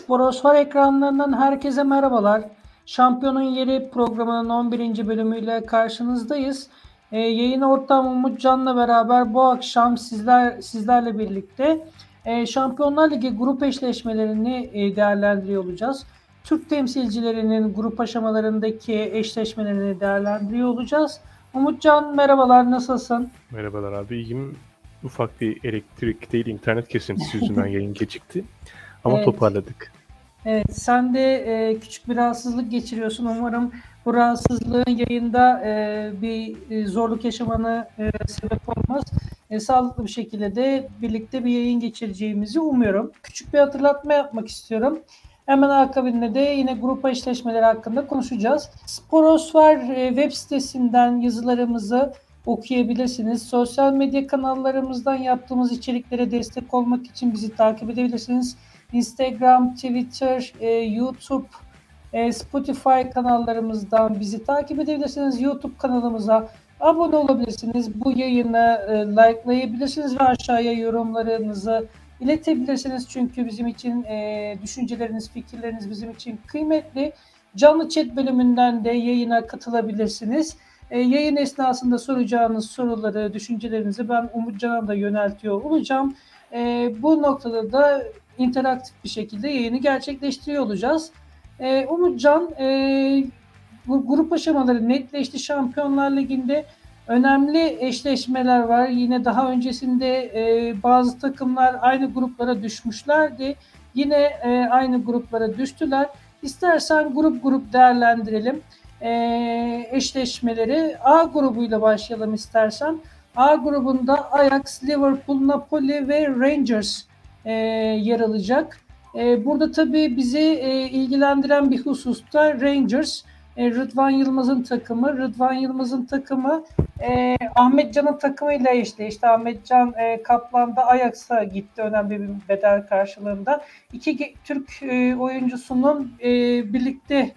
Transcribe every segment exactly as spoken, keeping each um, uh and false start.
Sporosfer ekranlarından herkese merhabalar. Şampiyonun Yeri programının on birinci bölümüyle karşınızdayız. Ee, yayın ortağım Umut Can'la beraber bu akşam sizler sizlerle birlikte e, Şampiyonlar Ligi grup eşleşmelerini e, değerlendiriyor olacağız. Türk temsilcilerinin grup aşamalarındaki eşleşmelerini değerlendiriyor olacağız. Umut Can merhabalar, nasılsın? Merhabalar abi, iyiyim. Ufak bir elektrik değil internet kesintisi yüzünden yayın gecikti. Ama Evet. toparladık. Evet, sen de e, küçük bir rahatsızlık geçiriyorsun. Umarım bu rahatsızlığın yayında e, bir e, zorluk yaşamana e, sebep olmaz. E, sağlıklı bir şekilde de birlikte bir yayın geçireceğimizi umuyorum. Küçük bir hatırlatma yapmak istiyorum. Hemen akabinde de yine grup eşleşmeleri hakkında konuşacağız. Sporosfer e, web sitesinden yazılarımızı okuyabilirsiniz. Sosyal medya kanallarımızdan yaptığımız içeriklere destek olmak için bizi takip edebilirsiniz. Instagram, Twitter, e, YouTube, e, Spotify kanallarımızdan bizi takip edebilirsiniz. YouTube kanalımıza abone olabilirsiniz. Bu yayını e, likelayabilirsiniz ve aşağıya yorumlarınızı iletebilirsiniz. Çünkü bizim için e, düşünceleriniz, fikirleriniz bizim için kıymetli. Canlı chat bölümünden de yayına katılabilirsiniz. E, yayın esnasında soracağınız soruları, düşüncelerinizi ben Umut Can'a da yöneltiyor olacağım. E, bu noktada da interaktif bir şekilde yayını gerçekleştiriyor olacağız. E, Umutcan, e, bu grup aşamaları netleşti. Şampiyonlar Ligi'nde önemli eşleşmeler var. Yine daha öncesinde e, bazı takımlar aynı gruplara düşmüşlerdi. Yine e, aynı gruplara düştüler. İstersen grup grup değerlendirelim e, eşleşmeleri. A grubuyla başlayalım istersen. A grubunda Ajax, Liverpool, Napoli ve Rangers e, yer alacak. E, burada tabii bizi e, ilgilendiren bir hususta Rangers, e, Rıdvan Yılmaz'ın takımı. Rıdvan Yılmaz'ın takımı e, Ahmet Can'ın takımıyla işte işte Ahmet Can e, Kaplan da Ajax'a gitti önemli bir bedel karşılığında. İki Türk e, oyuncusunun e, birlikte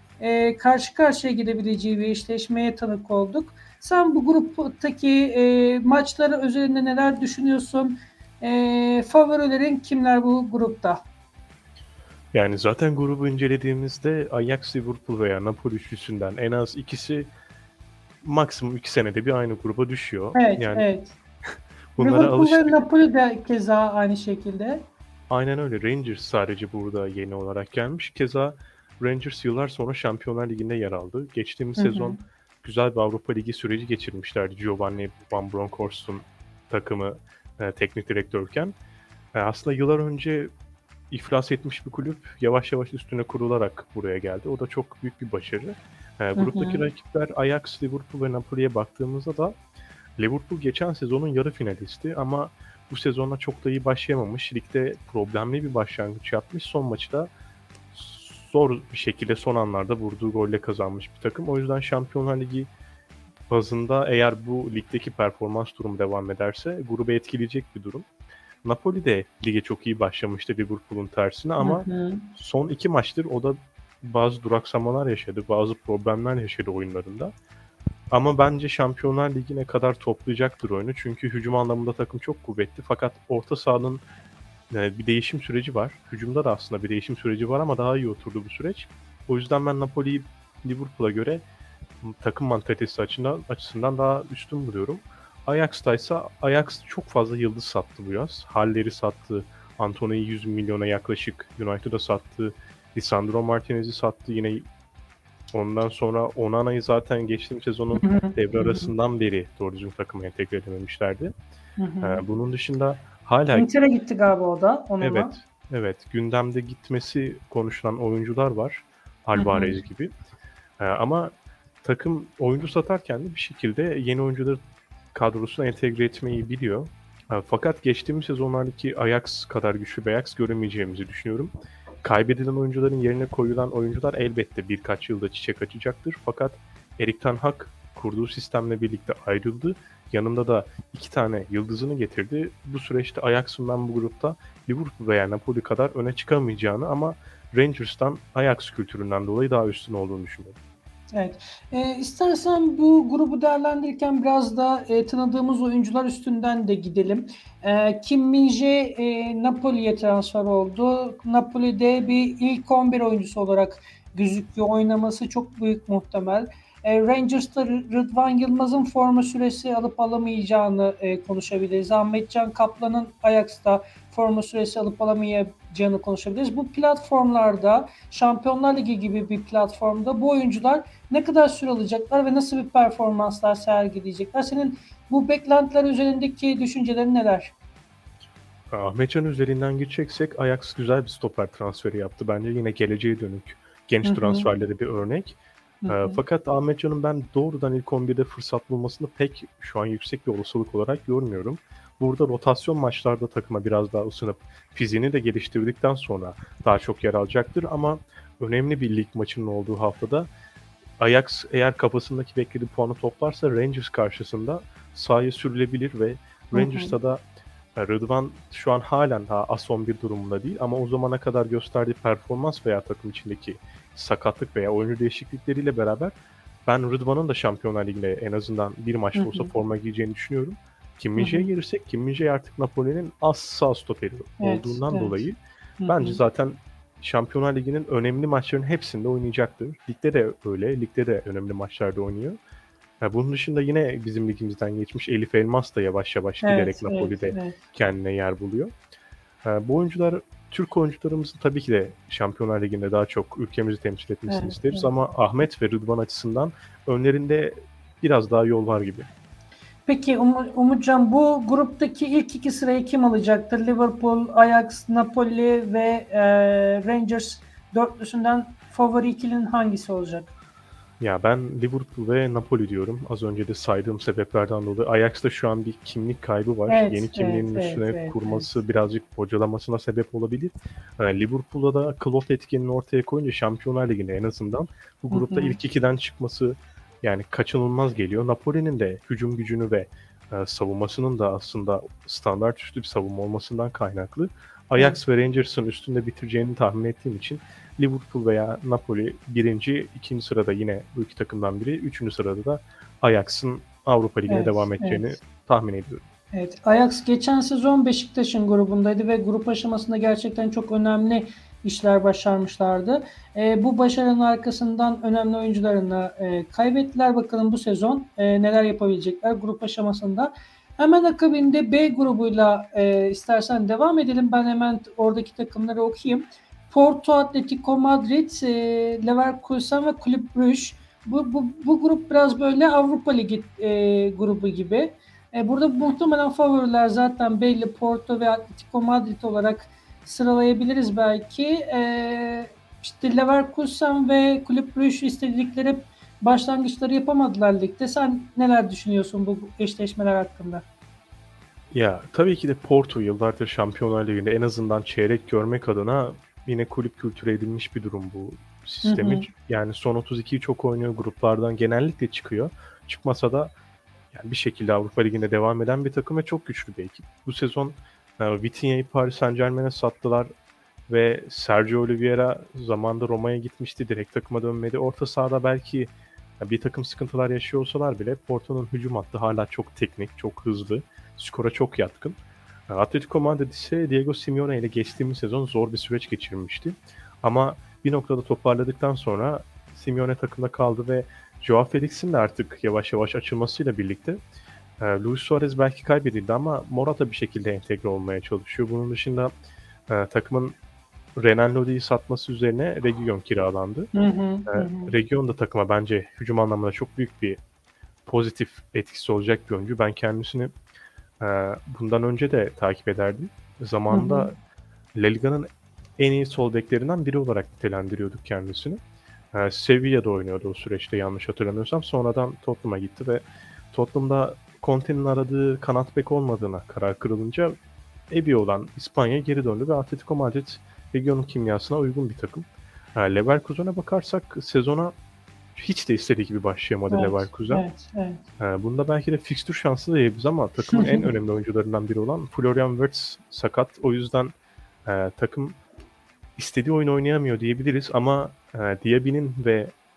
e, karşı karşıya gidebileceği bir eşleşmeye tanık olduk. Sen bu gruptaki e, maçları üzerinde neler düşünüyorsun? E, favorilerin kimler bu grupta? Yani zaten grubu incelediğimizde Ajax, Liverpool veya Napoli üçlüsünden en az ikisi maksimum iki senede bir aynı gruba düşüyor. Evet, Yani evet. bunlara Liverpool ve alıştık. Napoli de keza aynı şekilde. Aynen öyle. Rangers sadece burada yeni olarak gelmiş. Keza Rangers yıllar sonra Şampiyonlar Ligi'nde yer aldı. Geçtiğimiz Hı hı. sezon güzel bir Avrupa Ligi süreci geçirmişlerdi. Giovanni Van Bronckhorst'un takımı e, teknik direktörken. E, aslında yıllar önce iflas etmiş bir kulüp yavaş yavaş üstüne kurularak buraya geldi. O da çok büyük bir başarı. E, Hı gruptaki hı. rakipler Ajax, Liverpool ve Napoli'ye baktığımızda da Liverpool geçen sezonun yarı finalisti ama bu sezona çok da iyi başlayamamış. Ligde problemli bir başlangıç yapmış. Son maçı da zor bir şekilde son anlarda vurduğu golle kazanmış bir takım. O yüzden Şampiyonlar Ligi bazında eğer bu ligdeki performans durumu devam ederse grubu etkileyecek bir durum. Napoli de lige çok iyi başlamıştı Liverpool'un tersine Hı ama hı. son iki maçtır o da bazı duraksamalar yaşadı, bazı problemler yaşadı oyunlarında. Ama bence Şampiyonlar Ligi'ne kadar toplayacaktır oyunu. Çünkü hücum anlamında takım çok kuvvetli. Fakat orta sahanın e, bir değişim süreci var. Hücumda da aslında bir değişim süreci var ama daha iyi oturdu bu süreç. O yüzden ben Napoli'yi Liverpool'a göre takım mantalitesi açısından, açısından daha üstün buluyorum. Ajax'ta ise Ajax çok fazla yıldız sattı bu yaz. Haller'i sattı. Antony'yi yüz milyona yaklaşık United'a sattı. Lisandro Martinez'i sattı. Yine ondan sonra Onana'yı zaten geçtiğim sezonun Hı hı. devre Hı hı. arasından beri doğru düzgün takıma entegre edememişlerdi. Hı hı. Ee, bunun dışında hala Inter'e gitti galiba o da evet, onunla. evet gündemde gitmesi konuşulan oyuncular var. Hı hı. Alvarez gibi. Ee, ama takım oyuncu satarken de bir şekilde yeni oyuncuları kadrosuna entegre etmeyi biliyor. Ee, fakat geçtiğimiz sezonlardaki Ajax kadar güçlü bir Ajax göremeyeceğimizi düşünüyorum. Kaybedilen oyuncuların yerine koyulan oyuncular elbette birkaç yılda çiçek açacaktır. Fakat Erik ten Hag kurduğu sistemle birlikte ayrıldı. Yanında da iki tane yıldızını getirdi. Bu süreçte Ajax'ın ben bu grupta Liverpool veya Napoli kadar öne çıkamayacağını ama Rangers'tan Ajax kültüründen dolayı daha üstün olduğunu düşünüyorum. Evet. E, istersen bu grubu değerlendirirken biraz da e, tanıdığımız oyuncular üstünden de gidelim. E, Kim Min-jae e, Napoli'ye transfer oldu. Napoli'de bir ilk on bir oyuncusu olarak gözüküyor. Oynaması çok büyük muhtemel. E, Rangers'ta Rıdvan Yılmaz'ın forma süresi alıp alamayacağını e, konuşabiliriz. Ahmetcan Kaplan'ın Ajax'ta forma süresi alıp alamayacağını konuşabiliriz. Bu platformlarda Şampiyonlar Ligi gibi bir platformda bu oyuncular ne kadar süre alacaklar ve nasıl bir performanslar sergileyecekler? Senin bu beklentiler üzerindeki düşüncelerin neler? Ahmetcan üzerinden geçeceksek Ajax güzel bir stoper transferi yaptı. Bence yine geleceğe dönük Hı genç hı, transferlere bir örnek. hı Ee, hı, fakat Ahmetcan'ın ben doğrudan ilk on birde fırsat bulmasını pek şu an yüksek bir olasılık olarak görmüyorum. Burada rotasyon maçlarda takıma biraz daha ısınıp fiziğini de geliştirdikten sonra daha çok yer alacaktır ama önemli bir lig maçının olduğu haftada Ajax eğer kafasındaki beklediği puanı toplarsa Rangers karşısında sahaya sürülebilir ve hı hı, Rangers'ta da e, Rıdvan şu an halen daha as on bir durumunda değil ama o zamana kadar gösterdiği performans veya takım içindeki sakatlık veya oyuncu değişiklikleriyle beraber ben Rıdvan'ın da Şampiyonlar Ligi'nde en azından bir hı maçta olsa hı, forma giyeceğini düşünüyorum. Kim hı Min-jae'ye hı. gelirsek Kim Min-jae artık Napoli'nin as sağ stoperi Evet, olduğundan evet. dolayı Hı bence hı, zaten Şampiyonlar Ligi'nin önemli maçlarının hepsinde oynayacaktır. Ligde de öyle. Ligde de önemli maçlarda oynuyor. Ha, bunun dışında yine bizim ligimizden geçmiş Elif Elmas da yavaş yavaş giderek evet, evet, Napoli'de evet. kendine yer buluyor. Ha, bu oyuncular Türk oyuncularımızın tabii ki de Şampiyonlar Ligi'nde daha çok ülkemizi temsil etmesini Evet, isteriz evet. ama Ahmet ve Rıdvan açısından önlerinde biraz daha yol var gibi. Peki Umu- Umutcan, bu gruptaki ilk iki sırayı kim alacaktır? Liverpool, Ajax, Napoli ve e, Rangers dörtlüsünden favori ikilinin hangisi olacak? Ya ben Liverpool ve Napoli diyorum. Az önce de saydığım sebeplerden dolayı. Ajax'ta şu an bir kimlik kaybı var. Yeni Evet, evet, kimliğinin evet, üstüne evet, evet. kurması birazcık bocalamasına sebep olabilir. Yani Liverpool'da da Klopp etkinliğini ortaya koyunca Şampiyonlar Ligi'nde en azından bu Hı grupta hı. ilk ikiden çıkması yani kaçınılmaz geliyor. Napoli'nin de hücum gücünü ve e, savunmasının da aslında standart üstü bir savunma olmasından kaynaklı Evet. Ajax ve Rangers'ın üstünde bitireceğini tahmin ettiğim için Liverpool veya Napoli birinci, ikinci sırada yine bu iki takımdan biri. Üçüncü sırada da Ajax'ın Avrupa Ligi'ne Evet, devam edeceğini evet. tahmin ediyorum. Evet, Ajax geçen sezon Beşiktaş'ın grubundaydı ve grup aşamasında gerçekten çok önemli işler başarmışlardı. E, bu başarının arkasından önemli oyuncularını e, kaybettiler. Bakalım bu sezon e, neler yapabilecekler grup aşamasında. Hemen akabinde B grubuyla e, istersen devam edelim. Ben hemen oradaki takımları okuyayım. Porto, Atletico Madrid, e, Leverkusen ve Kulüp Brugge. Bu, bu, bu grup biraz böyle Avrupa Ligi e, grubu gibi. E, burada muhtemelen favoriler zaten belli. Porto ve Atletico Madrid olarak sıralayabiliriz belki. E, işte Leverkusen ve Kulüp Brugge istedikleri başlangıçları yapamadılar ligde. Sen neler düşünüyorsun bu eşleşmeler hakkında? Ya tabii ki de Porto yıllardır Şampiyonlar Ligi'nde en azından çeyrek görmek adına yine kulüp kültürü edinmiş bir durum bu Hı sistemi. hı, Yani son otuz ikiyi çok oynuyor, gruplardan genellikle çıkıyor. Çıkmasa da yani bir şekilde Avrupa Ligi'nde devam eden bir takım ve çok güçlü bir ekip. Bu sezon e, Vitinha'yı Paris Saint-Germain'e sattılar ve Sergio Oliveira zamanında Roma'ya gitmişti. Direkt takıma dönmedi. Orta sahada belki bir takım sıkıntılar yaşıyor olsalar bile Porto'nun hücum hattı hala çok teknik, çok hızlı. Skora çok yatkın. E, Atletico Madrid ise Diego Simeone ile geçtiğimiz sezon zor bir süreç geçirmişti. Ama bir noktada toparladıktan sonra Simeone takımda kaldı ve Joao Felix'in de artık yavaş yavaş açılmasıyla birlikte e, Luis Suarez belki kaybedildi ama Morata bir şekilde entegre olmaya çalışıyor. Bunun dışında e, takımın Renan Lodi'yi satması üzerine Reguilon kiralandı. hı hı, E, hı hı. Reguilon da takıma bence hücum anlamında çok büyük bir pozitif etkisi olacak bir oyuncu. Ben kendisini e, bundan önce de takip ederdim. Hı hı. Zamanında La Liga'nın en iyi sol beklerinden biri olarak nitelendiriyorduk kendisini. E, Sevilla'da oynuyordu o süreçte yanlış hatırlamıyorsam. Sonradan Tottenham'a gitti ve Tottenham'da Conte'nin aradığı kanat bek olmadığına karar kırılınca ebi olan İspanya'ya geri döndü ve Atletico Madrid Region'un kimyasına uygun bir takım. E, Leverkusen'e bakarsak sezona hiç de istediği gibi başlayamadı Evet, Leverkusen. evet, evet. E, bunda belki de fikstür şansı da diyebiliriz ama takımın en önemli oyuncularından biri olan Florian Wirtz sakat. O yüzden e, takım istediği oyun oynayamıyor diyebiliriz ama e, Diaby'nin ve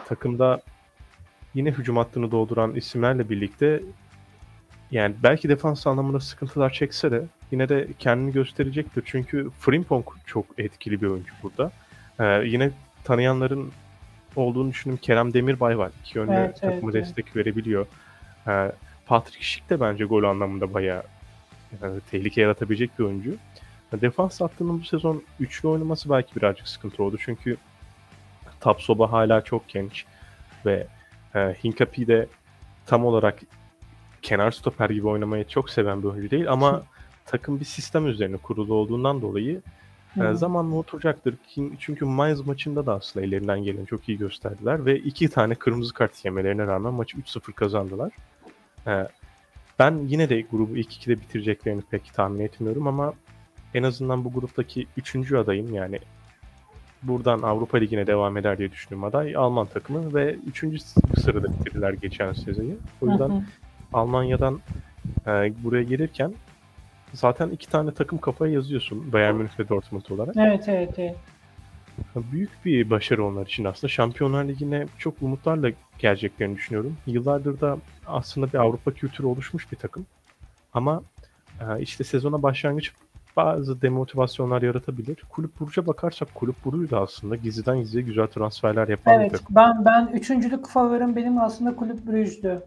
takımda yine hücum hattını dolduran isimlerle birlikte yani belki defans anlamında sıkıntılar çekse de yine de kendini gösterecektir. Çünkü Frimpong çok etkili bir oyuncu burada. Ee, yine tanıyanların olduğunu düşündüğüm Kerem Demirbay var. İki yönlü Evet, evet, takıma evet. destek verebiliyor. Ee, Patrick Schick de bence gol anlamında bayağı yani tehlike yaratabilecek bir oyuncu. Defans hattının bu sezon üçlü oynaması belki birazcık sıkıntı oldu. Çünkü Tapsoba hala çok genç ve e, Hincapié de tam olarak kenar stoper gibi oynamayı çok seven bir oyuncu değil ama takım bir sistem üzerine kurulu olduğundan dolayı e, Hı. zamanla oturacaktır. Ki- Çünkü Mainz maçında da aslında ellerinden geleni çok iyi gösterdiler ve iki tane kırmızı kart yemelerine rağmen maçı üç sıfır kazandılar. E, Ben yine de grubu ilk ikide bitireceklerini pek tahmin etmiyorum ama en azından bu gruptaki üçüncü adayım yani buradan Avrupa Ligi'ne devam eder diye düşündüğüm aday Alman takımı ve üçüncü sırada bitirdiler geçen sezonu. O Hı yüzden hı. Almanya'dan e, buraya gelirken zaten iki tane takım kafaya yazıyorsun Bayern Münih ve Dortmund olarak. Evet, evet, evet. Büyük bir başarı onlar için aslında. Şampiyonlar Ligi'ne çok umutlarla geleceklerini düşünüyorum. Yıllardır da aslında bir Avrupa kültürü oluşmuş bir takım. Ama e, işte sezona başlangıç bazı demotivasyonlar yaratabilir. Kulüp Brugge'a bakarsak Kulüp Brugge da aslında gizliden gizliye güzel transferler yapan bir Evet, takım. ben ben üçüncülük favorim benim aslında Kulüp Brugge'dü.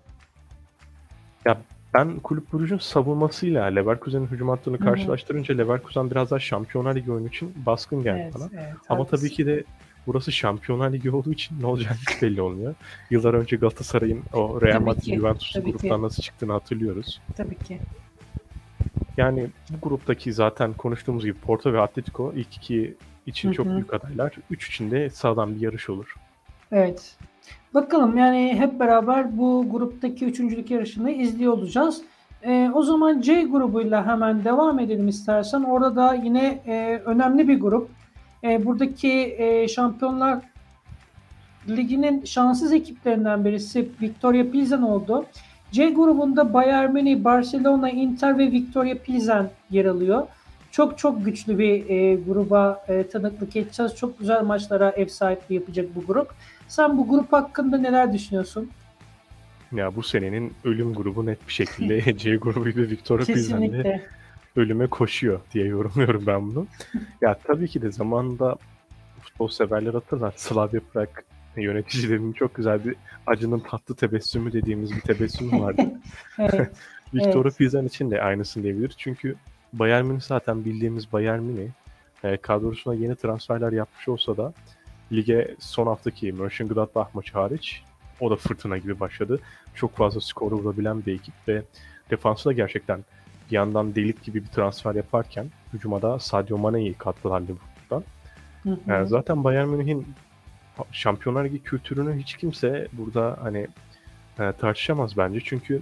Ya ben Kulüp Brugge'un savunmasıyla Leverkusen'in hücum hattını Hı hı. karşılaştırınca Leverkusen biraz daha Şampiyonlar Ligi oyunu için baskın geldi Evet, bana. evet, Ama tabii haklısın. ki de burası Şampiyonlar Ligi olduğu için ne olacağı hiç belli olmuyor. Yıllar önce Galatasaray'ın o Real Tabii Madrid ki, Juventus'u tabii ki, gruptan nasıl çıktığını hatırlıyoruz. tabii ki. Yani bu gruptaki zaten konuştuğumuz gibi Porto ve Atletico ilk iki Hı için çok hı. büyük adaylar. Üç için de sağlam bir yarış olur. Evet. Bakalım yani hep beraber bu gruptaki üçüncülük yarışını izliyor olacağız. Ee, o zaman C grubuyla hemen devam edelim istersen. Orada da yine e, önemli bir grup. E, buradaki e, Şampiyonlar Ligi'nin şanssız ekiplerinden birisi Victoria Pilsen oldu. C grubunda Bayern Münih, Barcelona, Inter ve Victoria Pilsen yer alıyor. Çok çok güçlü bir e, gruba e, tanıklık edeceğiz. Çok güzel maçlara ev sahipliği yapacak bu grup. Sen bu grup hakkında neler düşünüyorsun? Ya bu senenin ölüm grubu net bir şekilde C grubuyla Victoria Pilsen'de Kesinlikle. ölüme koşuyor diye yorumluyorum ben bunu. Ya tabii ki de zamanında futbol severler hatırlar. Slavia Prag yöneticilerinin çok güzel bir acının tatlı tebessümü dediğimiz bir tebessüm vardı. Evet, Victoria evet. Pilsen için de aynısını diyebiliriz. Çünkü Bayern Münih zaten bildiğimiz Bayern Münih e, kadrosuna yeni transferler yapmış olsa da lige son haftaki Mönchengladbach maçı hariç o da fırtına gibi başladı. Çok fazla skor vurabilen bir ekip ve defansı da gerçekten bir yandan delik gibi bir transfer yaparken hücuma da Sadio Mane'yi kattılar Liverpool'dan. Hı E, hı. zaten Bayern Münih'in Şampiyonlar Ligi kültürünü hiç kimse burada hani e, tartışamaz bence. Çünkü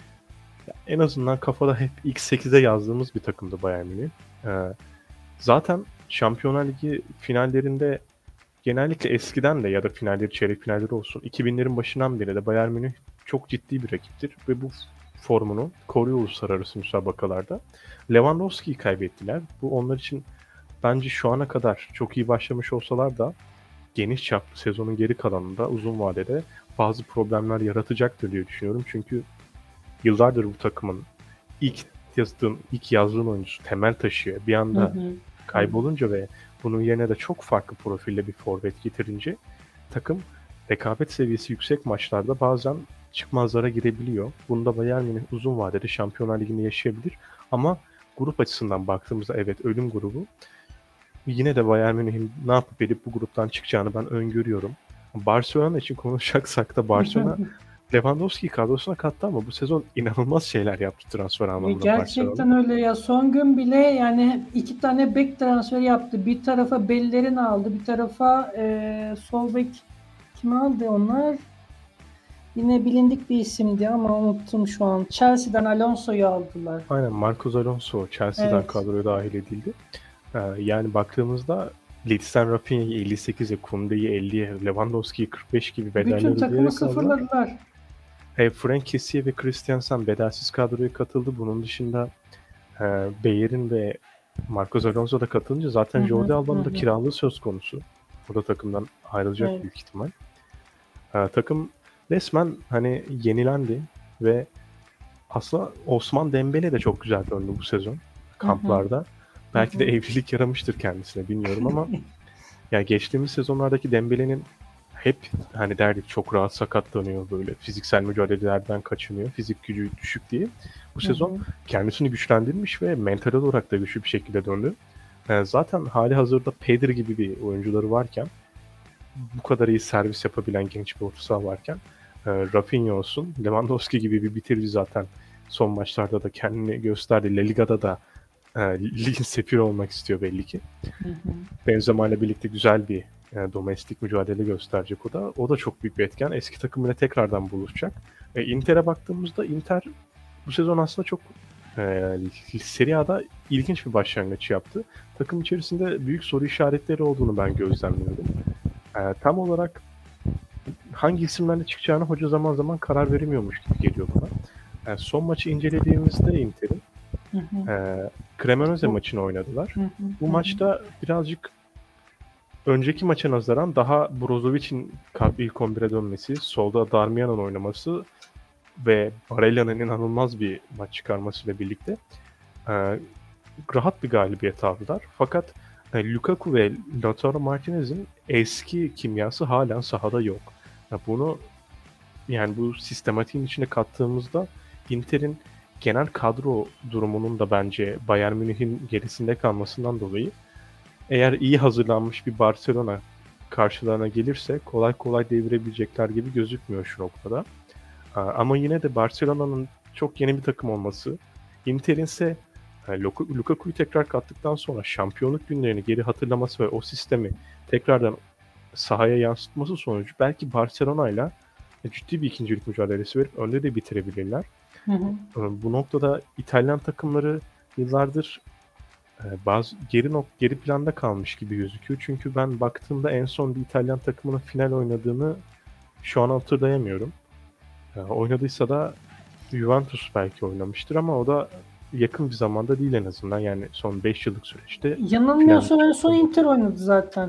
en azından kafada hep ilk sekize yazdığımız bir takımdı Bayern Münih. E, zaten Şampiyonlar Ligi finallerinde genellikle eskiden de ya da finalleri, çeyrek finalleri olsun iki binlerin başından beri de Bayern Münih çok ciddi bir rakiptir ve bu formunu koruyor uluslararası müsabakalarda. Lewandowski'yi kaybettiler. Bu onlar için bence şu ana kadar çok iyi başlamış olsalar da geniş çaplı sezonun geri kalanında uzun vadede bazı problemler yaratacaktır diye düşünüyorum. Çünkü yıllardır bu takımın ilk yazdığın, ilk yazdığın oyuncusu temel taşıyor. Bir Hı anda hı. kaybolunca ve bunun yerine de çok farklı profilde bir forvet getirince takım rekabet seviyesi yüksek maçlarda bazen çıkmazlara girebiliyor. Bunda Bayern Münih uzun vadede Şampiyonlar Ligi'nde yaşayabilir. Ama grup açısından baktığımızda evet ölüm grubu. Yine de Bayern Münih'in ne yapıp edip bu gruptan çıkacağını ben öngörüyorum. Barcelona için konuşacaksak da Barcelona Lewandowski'yi kadrosuna kattı ama bu sezon inanılmaz şeyler yaptı transfer Ve anlamında Barcelona. gerçekten öyle ya. Son gün bile yani iki tane bek transferi yaptı. Bir tarafa Bellerin aldı. Bir tarafa e, sol bek kim aldı onlar? Yine bilindik bir isimdi ama unuttum şu an. Chelsea'den Alonso'yu aldılar. Aynen Marcos Alonso Chelsea'den Evet. kadroya dahil edildi. Ee, yani baktığımızda Leeds'ten Rafinha'yı elli sekize, Koundé'yi elliye, Lewandowski'yi kırk beş gibi Bütün bedeller takımı ödeyerek aldılar. sıfırladılar. E, Frank Kessie ve Christiansen bedelsiz kadroya katıldı. Bunun dışında e, Bayern ve Marcos Alonso da katılınca Hı zaten hı, Jordi hı Alba'nın da hı. kiralığı söz konusu. O da takımdan ayrılacak Evet. büyük ihtimal. Eee, takım resmen hani yenilendi ve aslında Osman Dembele de çok güzel döndü bu sezon Hı hı. kamplarda. Hı Belki de hı. evlilik yaramıştır kendisine bilmiyorum ama ya geçtiğimiz sezonlardaki Dembele'nin hep hani derdik çok rahat sakatlanıyor böyle fiziksel mücadelelerden kaçınıyor fizik gücü düşük diye. Bu Hı sezon hı. kendisini güçlendirmiş ve mental olarak da güçlü bir şekilde döndü. Eee, zaten hâlihazırda Pedri gibi bir oyuncuları varken bu kadar iyi servis yapabilen genç bir orta saha varken eee, Raphinha olsun, Lewandowski gibi bir bitirici zaten son maçlarda da kendini gösterdi. La Liga'da da eee, ligin sefiri olmak istiyor belli ki. Hı hı. Benzema'yla birlikte güzel bir eee, domestik mücadele gösterecek o da. O da çok büyük bir etken. Eski takımıyla tekrardan buluşacak. E, Inter'e baktığımızda Inter bu sezon aslında çok eee, Serie A'da ilginç bir başlangıç yaptı. Takım içerisinde büyük soru işaretleri olduğunu ben gözlemliyorum. Eee, tam olarak hangi isimlerle çıkacağına hoca zaman zaman karar veremiyormuş gibi geliyor bana. Eee, son maçı incelediğimizde Inter'in Hı hı. eee, Cremonese Bu maçını oynadılar. Hı hı. Bu Hı hı. maçta birazcık önceki maça nazaran daha Brozovic'in ka ilk on bire dönmesi, solda Darmian'ın oynaması ve Barella'nın inanılmaz bir maç çıkarmasıyla birlikte eee, rahat bir galibiyet aldılar. Fakat eee, Lukaku ve Lautaro Martinez'in eski kimyası hâlen sahada yok. Ya bunu yani bu sistematiğin içine kattığımızda Inter'in genel kadro durumunun da bence Bayern Münih'in gerisinde kalmasından dolayı eğer iyi hazırlanmış bir Barcelona karşılarına gelirse kolay kolay devirebilecekler gibi gözükmüyor şu noktada. Aaa, ama yine de Barcelona'nın çok yeni bir takım olması, Inter'in ise eee, Luka Lukaku'yu tekrar kattıktan sonra şampiyonluk günlerini geri hatırlaması ve o sistemi tekrardan sahaya yansıtması sonucu belki Barcelona'yla e, ciddi bir ikincilik mücadelesi verip önde de bitirebilirler. Hı hı. Iıı, bu noktada İtalyan takımları yıllardır eee, bazı geri nok geri planda kalmış gibi gözüküyor. Çünkü ben baktığımda en son bir İtalyan takımının final oynadığını şu an hatırlayamıyorum. Eee, oynadıysa da Juventus belki oynamıştır ama o da yakın bir zamanda değil en azından. Yani son beş yıllık süreçte finalde Yanılmıyorsam en son şampiyonluk. Inter oynadı zaten.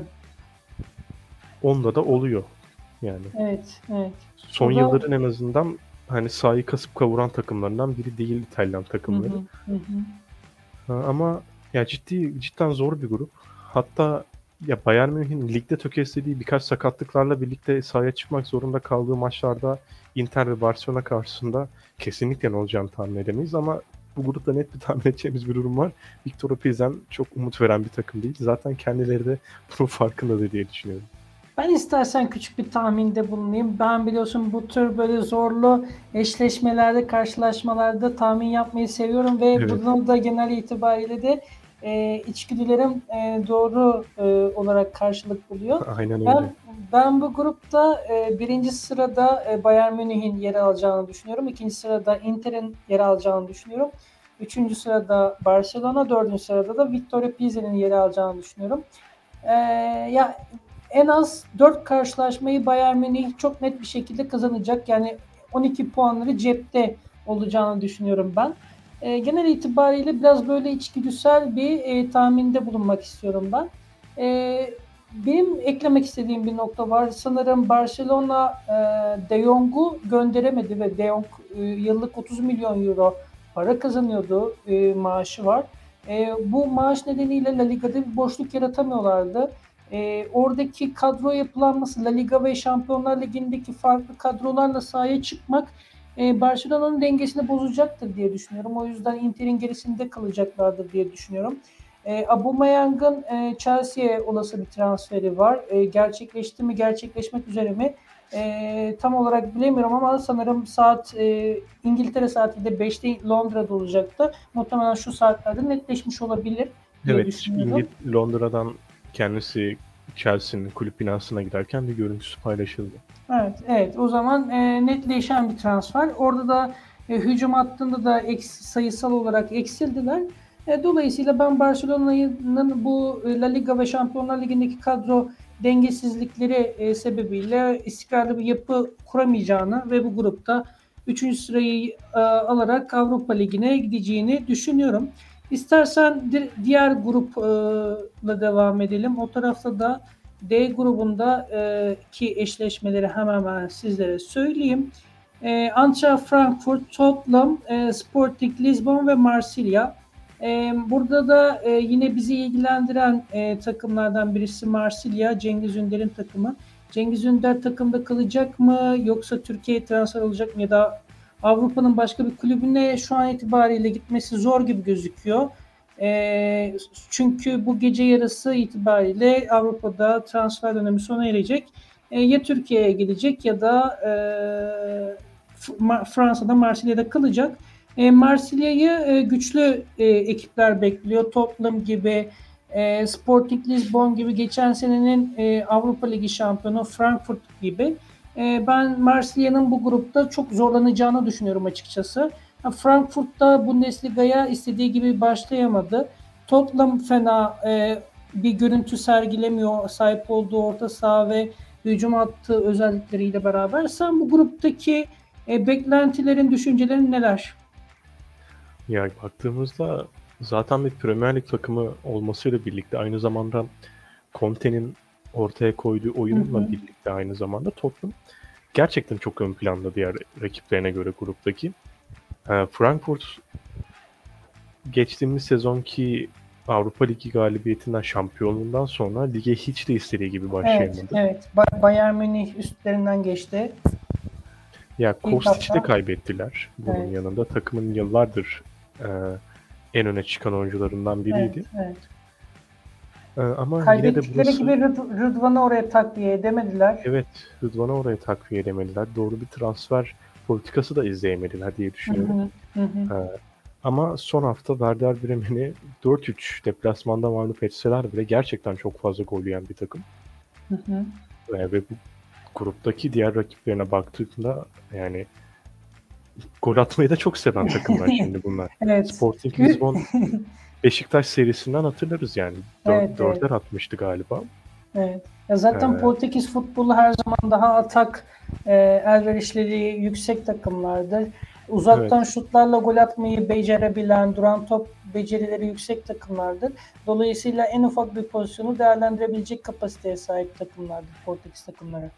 Onda da oluyor yani. Evet, evet. Son O da yılların en azından hani sahayı kasıp kavuran takımlarından biri değil İtalyan Hı takımları. hı. Hı hı. Eee, ama ya ciddi cidden zor bir grup. Hatta ya Bayern Münih'in ligde tökezlediği birkaç sakatlıklarla birlikte sahaya çıkmak zorunda kaldığı maçlarda Inter ve Barcelona karşısında kesinlikle ne olacağını tahmin edemeyiz ama bu grupta net bir tahmin edeceğimiz bir durum var. Victor Pilsen çok umut veren bir takım değil. Zaten kendileri de bunun farkındadır diye düşünüyorum. Ben istersen küçük bir tahminde bulunayım. Ben biliyorsun bu tür böyle zorlu eşleşmelerde, karşılaşmalarda tahmin yapmayı seviyorum ve Evet. bunu da genel itibariyle de eee, içgüdülerim eee, doğru eee, olarak karşılık buluyor. Aynen öyle. Ben ben bu grupta eee, birinci sırada eee, Bayern Münih'in yer alacağını düşünüyorum. ikinci sırada Inter'in yer alacağını düşünüyorum. Üçüncü sırada Barcelona, dördüncü sırada da Victoria Pilsen'in yer alacağını düşünüyorum. Eee, ya en az dört karşılaşmayı Bayern Münih çok net bir şekilde kazanacak. Yani on iki puanları cepte olacağını düşünüyorum ben. Eee, genel itibariyle biraz böyle içgüdüsel bir eee, tahminde bulunmak istiyorum ben. Eee, benim eklemek istediğim bir nokta var. Sanırım Barcelona eee, De Jong'u gönderemedi ve De Jong eee, yıllık otuz milyon euro para kazanıyordu. Eee, maaşı var. Eee, bu maaş nedeniyle La Liga'da bir boşluk yaratamıyorlardı. Eee, oradaki kadro yapılanması La Liga ve Şampiyonlar Ligi'ndeki farklı kadrolarla sahaya çıkmak eee, Barcelona'nın dengesini bozacaktır diye düşünüyorum. O yüzden Inter'in gerisinde kalacaklardır diye düşünüyorum. Eee, Aubameyang'ın eee, Chelsea'ye olası bir transferi var. Eee, gerçekleşti mi, gerçekleşmek üzere mi? Eee, tam olarak bilemiyorum ama sanırım saat eee, İngiltere saatiyle beşte Londra'da olacaktı. Muhtemelen şu saatlerde netleşmiş olabilir diye Evet, İngil düşünüyorum. Londra'dan kendisi Chelsea'nin kulüp binasına giderken bir görüntüsü paylaşıldı. Evet, evet. O zaman e, netleşen bir transfer. Orada da e, hücum hattında da eksi, sayısal olarak eksildiler. E, dolayısıyla ben Barcelona'nın bu e, La Liga ve Şampiyonlar Ligi'ndeki kadro dengesizlikleri e, sebebiyle istikrarlı bir yapı kuramayacağını ve bu grupta üçüncü sırayı e, alarak Avrupa Ligi'ne gideceğini düşünüyorum. İstersen di- diğer grupla devam edelim. O tarafta da D grubunda e, ki eşleşmeleri hemen hemen sizlere söyleyeyim. E, Eintracht Frankfurt, Tottenham, e, Sporting Lisbon ve Marsilya. E, burada da e, yine bizi ilgilendiren e, takımlardan birisi Marsilya, Cengiz Ünder'in takımı. Cengiz Ünder takımda kalacak mı yoksa Türkiye'ye transfer olacak mı ya da Avrupa'nın başka bir kulübüne şu an itibariyle gitmesi zor gibi gözüküyor. E, çünkü bu gece yarısı itibariyle Avrupa'da transfer dönemi sona erecek. E, ya Türkiye'ye gidecek ya da e, Fransa'da Marsilya'da kalacak. E, Marsilya'yı e, güçlü e, ekipler bekliyor. Tottenham gibi, e, Sporting Lisbon gibi, geçen senenin e, Avrupa Ligi şampiyonu Frankfurt gibi. E, ben Marsilya'nın bu grupta çok zorlanacağını düşünüyorum açıkçası. Frankfurt'ta Bundesliga'ya istediği gibi başlayamadı. Tottenham fena e, bir görüntü sergilemiyor sahip olduğu orta saha ve hücum hattı özellikleriyle beraber. Sen bu gruptaki e, beklentilerin, düşüncelerin neler? Ya baktığımızda zaten bir Premier Lig takımı olmasıyla birlikte aynı zamanda Conte'nin ortaya koyduğu oyunla Hı hı. birlikte aynı zamanda Tottenham gerçekten çok ön planda diğer rakiplerine göre gruptaki. Ee, Frankfurt geçtiğimiz sezonki Avrupa Ligi galibiyetinden, şampiyonluğundan sonra lige hiç de istediği gibi başlayamadı. Evet, evet. Ba- Bayern Münih üstlerinden geçti. Ya İlk Kostic'i de hafta. kaybettiler bunun Evet. yanında. Takımın yıllardır e, en öne çıkan oyuncularından biriydi. Evet, evet. E, ama yine de Kaybettikleri burası, gibi Rıd- Rıdvan'ı oraya takviye edemediler. evet, Rıdvan'ı oraya takviye edemediler. Doğru bir transfer politikası da izleyemediler diye Hı düşünüyorum. hı, hı hı. E, ama son hafta Werder Bremen'i dört üç deplasmanda mağlup etseler bile gerçekten çok fazla gol yiyen bir takım. Hı hı. E, ve bu gruptaki diğer rakiplerine baktığımda yani gol atmayı da çok seven takımlar şimdi bunlar. Evet. Sporting Lisbon, Beşiktaş serisinden hatırlarız yani. Dör, Evet, dörder evet. atmıştı galiba. Evet. Ya zaten Ee, Portekiz futbolu her zaman daha atak, e, elverişleri yüksek takımlardır. Uzaktan evet. şutlarla gol atmayı becerebilen, duran top becerileri yüksek takımlardır. Dolayısıyla en ufak bir pozisyonu değerlendirebilecek kapasiteye sahip takımlardır Portekiz takımları.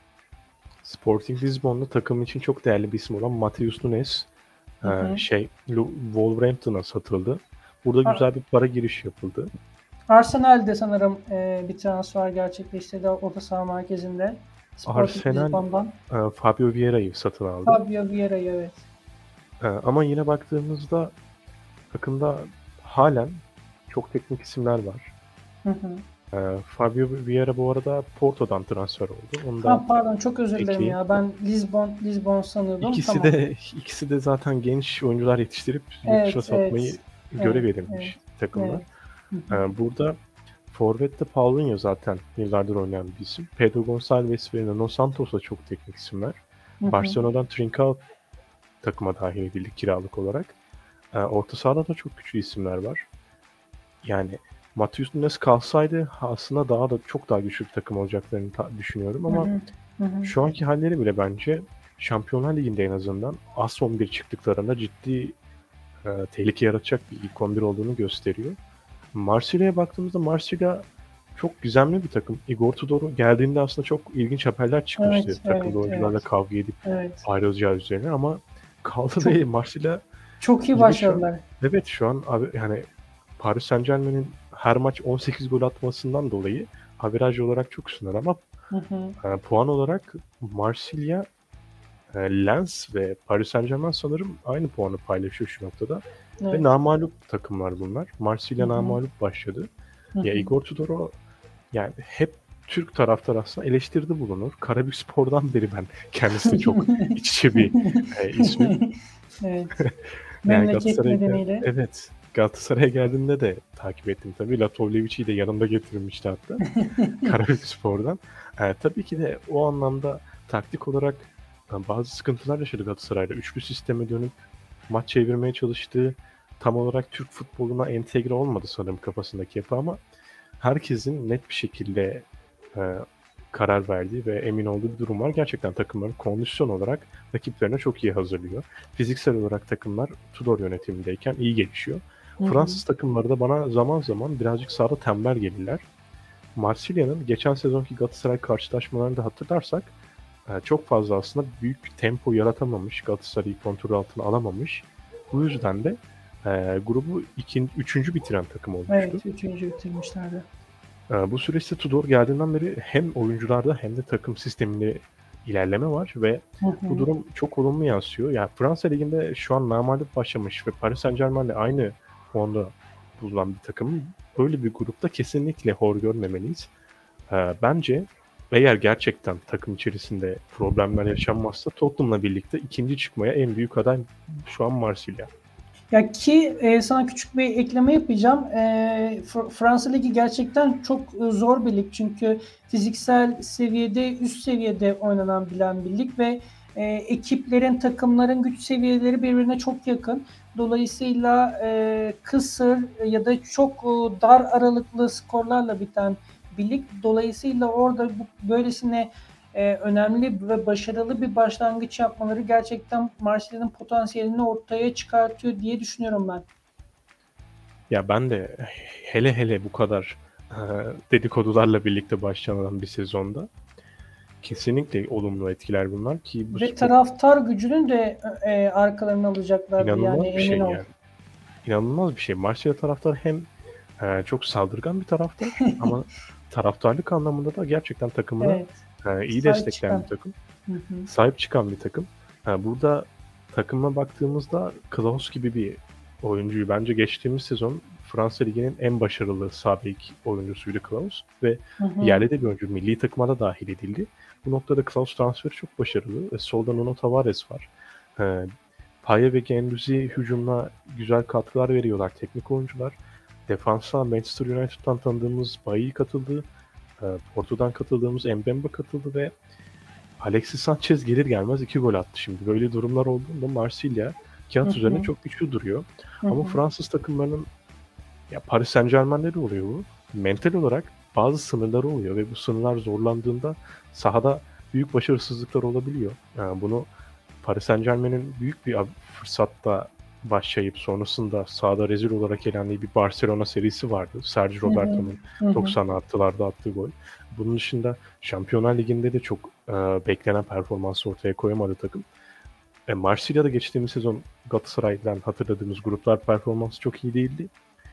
Sporting Lisbon'da takım için çok değerli bir isim olan Matheus Nunes Hı e, hı. şey Wolverhampton'a satıldı. Burada Ar- güzel bir para girişi yapıldı. Arsenal'de sanırım e, bir transfer gerçekleştirdi orta saha merkezinde. Sporting Arsenal Lisbon'dan. e, Fabio Vieira'yı satın aldı. Fabio Vieira'yı, evet. E, ama yine baktığımızda takımda halen çok teknik isimler var. Hı hı. E, Fabio Vieira bu arada Porto'dan transfer oldu. Onu da Ha, pardon, çok özür dilerim ekleyeyim. ya. Ben Lisbon Lisbon sanıyordum. İkisi Tamam. de ikisi de zaten genç oyuncular yetiştirip yurt dışına Evet, satmayı evet. görev Evet, edinmiş evet. takımlar. Evet. Hı hı. Ee, burada Forvet'te Paulinho zaten yıllardır oynayan bir isim. Pedro Gonçalves ve Nuno Santos da çok teknik isimler. Hı hı. Barcelona'dan Trincao takıma dahil edildi kiralık olarak. Ee, orta sahada da çok güçlü isimler var. Yani Matheus Nunes kalsaydı aslında daha da çok daha güçlü bir takım olacaklarını ta- düşünüyorum Hı ama hı. Hı hı. şu anki halleri bile bence Şampiyonlar Ligi'nde en azından as on bir çıktıklarında ciddi e, tehlike yaratacak bir ilk on bir olduğunu gösteriyor. Marsilya'ya baktığımızda Marsilya çok gizemli bir takım. Igor Tudor geldiğinde aslında çok ilginç haberler çıkmıştı. Evet, Takımda evet, oyuncularla evet. kavga edip Evet. ayrılacağı üzerine ama kaldı Çok ve Marsilya çok iyi gibi şu an. başladılar. Evet, şu an abi yani Paris Saint-Germain'in her maç on sekiz gol atmasından dolayı averaj olarak çok üstünler ama Hı hı. e, puan olarak Marsilya, e, Lens ve Paris Saint-Germain sanırım aynı puanı paylaşıyor şu noktada. Evet. Ve namağlup takımlar bunlar. Marsilya Hı hı. namağlup başladı. Hı Ya hı. Igor Tudor'u yani hep Türk taraftar aslında eleştirdi bulunur. Karabükspor'dan beri ben kendisiyle çok iç içe bir e, ismim. Evet. Yani Memleket Galatasaray'a gel- nedeniyle. evet, Galatasaray'a geldiğinde de takip ettim tabii. Latovlevic'i de yanında getirmişti hatta. Karabükspor'dan. E, tabii ki de o anlamda taktik olarak e, bazı sıkıntılar yaşadı Galatasaray'da. Üçlü sisteme dönüp maç çevirmeye çalıştığı, tam olarak Türk futboluna entegre olmadı sanırım kafasındaki yapı ama herkesin net bir şekilde e, karar verdiği ve emin olduğu bir durum var. Gerçekten takımları kondisyon olarak rakiplerine çok iyi hazırlıyor. Fiziksel olarak takımlar Tudor yönetimindeyken iyi gelişiyor. Hı hı. Fransız takımları da bana zaman zaman birazcık sahada tembel gelirler. Marsilya'nın geçen sezonki Galatasaray karşılaşmalarını da hatırlarsak e, çok fazla aslında büyük tempo yaratamamış, Galatasaray'ı kontrol altına alamamış. Bu yüzden de e, grubu ikinci, üçüncü bitiren takım olmuştu. Evet, üçüncü bitirmişlerdi. E, bu süreçte Tudor geldiğinden beri hem oyuncularda hem de takım sisteminde ilerleme var ve Hı hı. bu durum çok olumlu yansıyor. Yani Fransa Ligi'nde şu an namağlup başlamış ve Paris Saint-Germain'le aynı puanda bulunan bir takımın böyle bir grupta kesinlikle hor görmemeliyiz. Ee, bence eğer gerçekten takım içerisinde problemler yaşanmazsa Tottenham'la birlikte ikinci çıkmaya en büyük aday şu an Marsilya. Ya ki e, sana küçük bir ekleme yapacağım. E, Fr- Fransa Ligi gerçekten çok e, zor bir lig. Çünkü fiziksel seviyede, üst seviyede oynanan bilen bir lig ve e, ekiplerin, takımların güç seviyeleri birbirine çok yakın. Dolayısıyla e, kısır ya da çok e, dar aralıklı skorlarla biten bir lig. Dolayısıyla orada bu, böylesine e, önemli ve başarılı bir başlangıç yapmaları gerçekten Marsilya'nın potansiyelini ortaya çıkartıyor diye düşünüyorum ben. Ya ben de hele hele bu kadar e, dedikodularla birlikte başlanan bir sezonda kesinlikle olumlu etkiler bunlar ki bu Ve spor taraftar gücünün de e, arkalarını alacaklardır yani inanılmaz bir şey emin ol. yani. İnanılmaz bir şey. Marsilya taraftar hem e, çok saldırgan bir taraftar ama taraftarlık anlamında da gerçekten takımına Evet. e, iyi Sahip destekleyen çıkan. bir takım. Hı hı. Sahip çıkan bir takım. Ha, burada takıma baktığımızda Klaus gibi bir oyuncuyu bence geçtiğimiz sezon Fransa Ligi'nin en başarılı sağ bek oyuncusuydu Klaus ve Hı hı. yerli de bir oyuncu milli takıma da dahil edildi. Bu noktada Klaus transferi çok başarılı. E, solda Nuno Tavares var. E, Paye ve Guendouzi hücumuna güzel katkılar veriyorlar teknik oyuncular. Defansa Manchester United'dan tanıdığımız Bailly katıldı. E, Porto'dan katıldığımız Mbembe katıldı ve Alexis Sanchez gelir gelmez iki gol attı şimdi. Böyle durumlar olduğunda Marsilya kağıt Hı hı. üzerinde çok güçlü duruyor. Hı Ama hı. Fransız takımlarının ya Paris Saint-Germain'de de oluyor bu. Mental olarak bazı sınırları oluyor ve bu sınırlar zorlandığında sahada büyük başarısızlıklar olabiliyor. Yani bunu Paris Saint-Germain'in büyük bir fırsatta başlayıp sonrasında sahada rezil olarak elendiği bir Barcelona serisi vardı. Sergio Hı hı. Roberto'nun Hı hı. doksan artılarda attığı gol. Bunun dışında Şampiyonlar Ligi'nde de çok e, beklenen performansı ortaya koyamadı takım. E, Marsilya'da geçtiğimiz sezon Galatasaray'dan hatırladığımız gruplar performansı çok iyi değildi.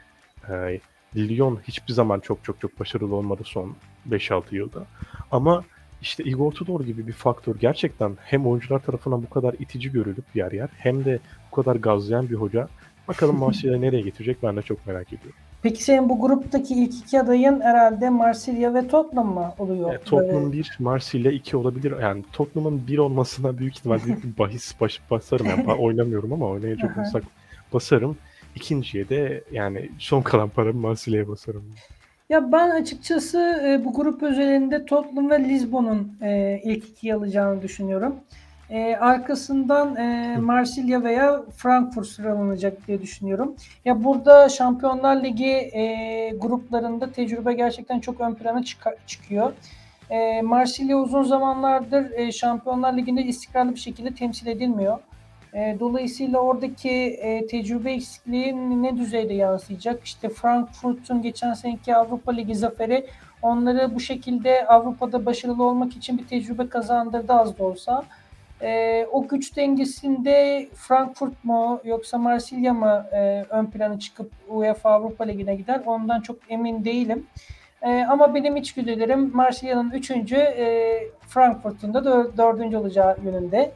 E, Lyon hiçbir zaman çok çok çok başarılı olmadı son beş altı yılda. Ama işte Igor Tudor gibi bir faktör gerçekten hem oyuncular tarafından bu kadar itici görülüp yer yer hem de bu kadar gazlayan bir hoca. Bakalım Marsilya nereye getirecek ben de çok merak ediyorum. Peki senin bu gruptaki ilk iki adayın herhalde Marsilya ve Tottenham mı oluyor? E, Tottenham Böyle... bir, Marsilya iki olabilir. Yani Tottenham'ın bir olmasına büyük ihtimalle büyük bir bahis baş, basarım. Yani ba- oynamıyorum ama oynayacak olsak basarım. İkinciye de yani son kalan paramı Marsilya'ya basarım. Ya ben açıkçası e, bu grup özelinde Tottenham ve Lisbon'un e, ilk ikiyi alacağını düşünüyorum. E, arkasından e, Marsilya veya Frankfurt sıralanacak diye düşünüyorum. Ya burada Şampiyonlar Ligi e, gruplarında tecrübe gerçekten çok ön plana çık- çıkıyor. E, Marsilya uzun zamanlardır e, Şampiyonlar Ligi'nde istikrarlı bir şekilde temsil edilmiyor. E, dolayısıyla oradaki e, tecrübe eksikliği ne düzeyde yansıyacak? İşte Frankfurt'un geçen seneki Avrupa Ligi zaferi onları bu şekilde Avrupa'da başarılı olmak için bir tecrübe kazandırdı az da olsa. E, o güç dengesinde Frankfurt mu yoksa Marsilya mı e, ön plana çıkıp UEFA Avrupa Ligi'ne gider? Ondan çok emin değilim. E, ama benim içgüdülerim Marsilya'nın üçüncü, e, Frankfurt'un da dördüncü olacağı yönünde.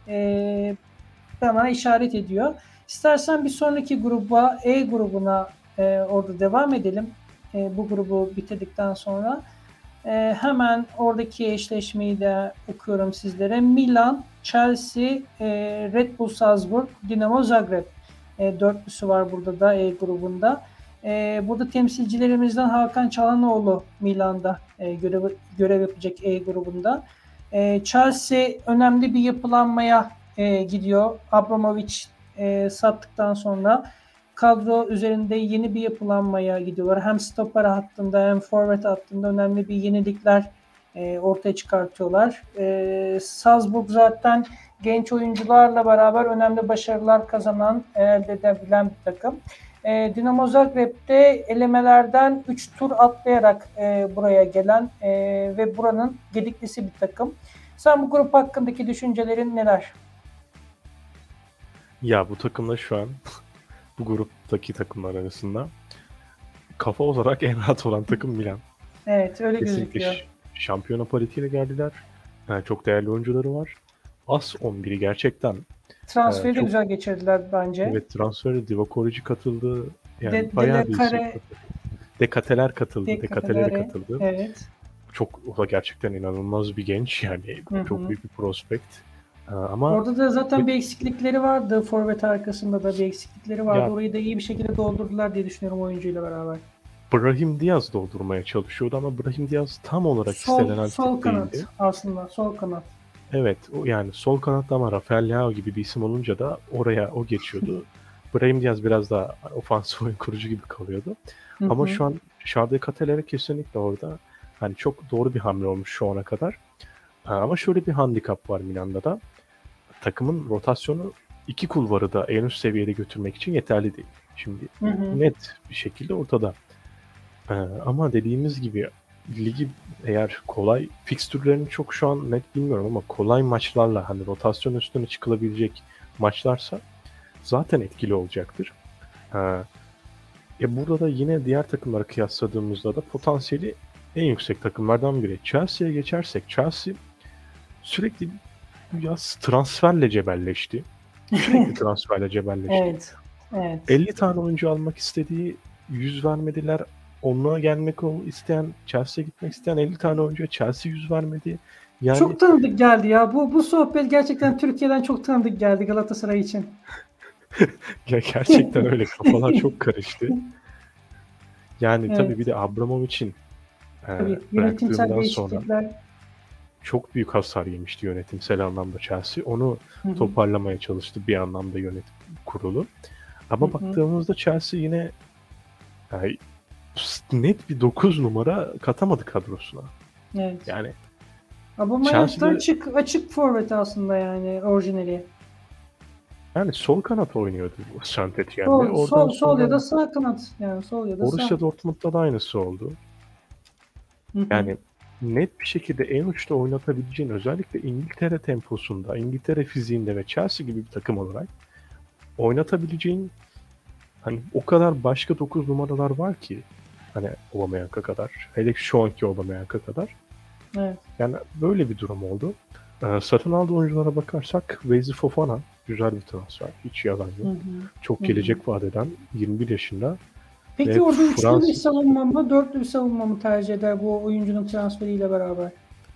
E, bana işaret ediyor. İstersen bir sonraki gruba, E grubuna e, orada devam edelim. E, bu grubu bitirdikten sonra. E, hemen oradaki eşleşmeyi de okuyorum sizlere. Milan, Chelsea, e, Red Bull Salzburg, Dinamo Zagreb. E, dörtlüsü var burada da E grubunda. E, burada temsilcilerimizden Hakan Çalhanoğlu Milan'da e, görev, görev yapacak E grubunda. E, Chelsea önemli bir yapılanmaya e, gidiyor. Abramovich e, sattıktan sonra kadro üzerinde yeni bir yapılanmaya gidiyorlar. Hem stoper hattında hem forvet hattında önemli bir yenilikler e, ortaya çıkartıyorlar. E, Salzburg zaten genç oyuncularla beraber önemli başarılar kazanan, elde edebilen bir takım. E, Dinamo Zagreb'de elemelerden üç tur atlayarak e, buraya gelen e, ve buranın gediklisi bir takım. Sen bu grup hakkındaki düşüncelerin neler? Ya bu takımda şu an bu gruptaki takımlar arasında kafa olarak en rahat olan takım Milan. Evet, öyle Kesinlikle gözüküyor. ş- şampiyona politiğiyle geldiler. Yani çok değerli oyuncuları var. As on biri gerçekten e, Transferi de çok güzel geçirdiler bence. evet transferi Divock Origi katıldı. Yani De, bayağı Dele bir isim Kare, katıldı. Dekateler katıldı. Dekatelere Dekatelere, katıldı. evet. Çok o da gerçekten inanılmaz bir genç yani Hı çok hı. büyük bir prospekt. E, ama Orada da zaten bir eksiklikleri vardı. Forvet arkasında da bir eksiklikleri vardı. ya Orayı da iyi bir şekilde doldurdular diye düşünüyorum oyuncuyla beraber. Brahim Diaz doldurmaya çalışıyordu ama Brahim Diaz tam olarak Sol istenilen sol tip değildi. kanat aslında. Sol kanat. Evet, o yani sol kanatta ama Rafael Leao gibi bir isim olunca da oraya o geçiyordu. Brahim Diaz biraz daha ofansif oyun kurucu gibi kalıyordu. Hı Ama hı. şu an Xavi Katelere kesinlikle orada hani çok doğru bir hamle olmuş şu ana kadar. Ha, ama şöyle bir handikap var Milan'da da. Takımın rotasyonu iki kulvarı da en üst seviyede götürmek için yeterli değil. Şimdi Hı hı. net bir şekilde ortada. Ee, ama dediğimiz gibi ligi eğer kolay fikstürlerini çok şu an net bilmiyorum ama kolay maçlarla hani rotasyon üstüne çıkılabilecek maçlarsa zaten etkili olacaktır. Ee, e burada da yine diğer takımlara kıyasladığımızda da potansiyeli en yüksek takımlardan biri. Chelsea'ye geçersek Chelsea sürekli bu yaz transferle cebelleşti. Sürekli transferle cebelleşti. Evet. Evet. elli tane oyuncu almak istediği yüz vermediler. Onunla gelmek isteyen, Chelsea'ye gitmek isteyen elli tane oyuncuya Chelsea yüz vermedi. Yani Çok tanıdık geldi ya. Bu bu sohbet gerçekten Türkiye'den çok tanıdık geldi Galatasaray için. ya gerçekten öyle kafalar çok karıştı. Yani tabii bir Evet. de Abramovich'in e, Tabii yönetimsel bıraktığından sonra değişiklikler. çok büyük hasar yemişti yönetimsel anlamda Chelsea. Onu Hı hı. toparlamaya çalıştı bir anlamda yönetim kurulu. Hı Ama hı. baktığımızda Chelsea yine yani net bir dokuz numara katamadı kadrosuna. Evet. Yani Aubameyang'dan Chelsea'de açık açık forvet aslında yani orijinali. yani sol kanat oynuyordu Saint Etienne'de. Sol Oradan sol sol ya sonra da sağ kanat. Yani sol ya da sağ. Borussia Dortmund'da da aynısı oldu. Hı hı. Yani net bir şekilde en uçta oynatabileceğin özellikle İngiltere temposunda, İngiltere fiziğinde ve Chelsea gibi bir takım olarak oynatabileceğin hani o kadar başka dokuz numaralar var ki hani Aubameyang'a kadar. Hele ki şu anki Aubameyang'a kadar. Evet. Yani böyle bir durum oldu. Ee, satın aldığı oyunculara bakarsak Wesley Fofana güzel bir transfer. Hiç yalan Hı yok. hı. Çok Hı hı. gelecek vaat eden yirmi bir yaşında Peki ve orada üçlü bir Fransız. savunma mı, dörtlü bir savunma mı tercih eder bu oyuncunun transferiyle beraber?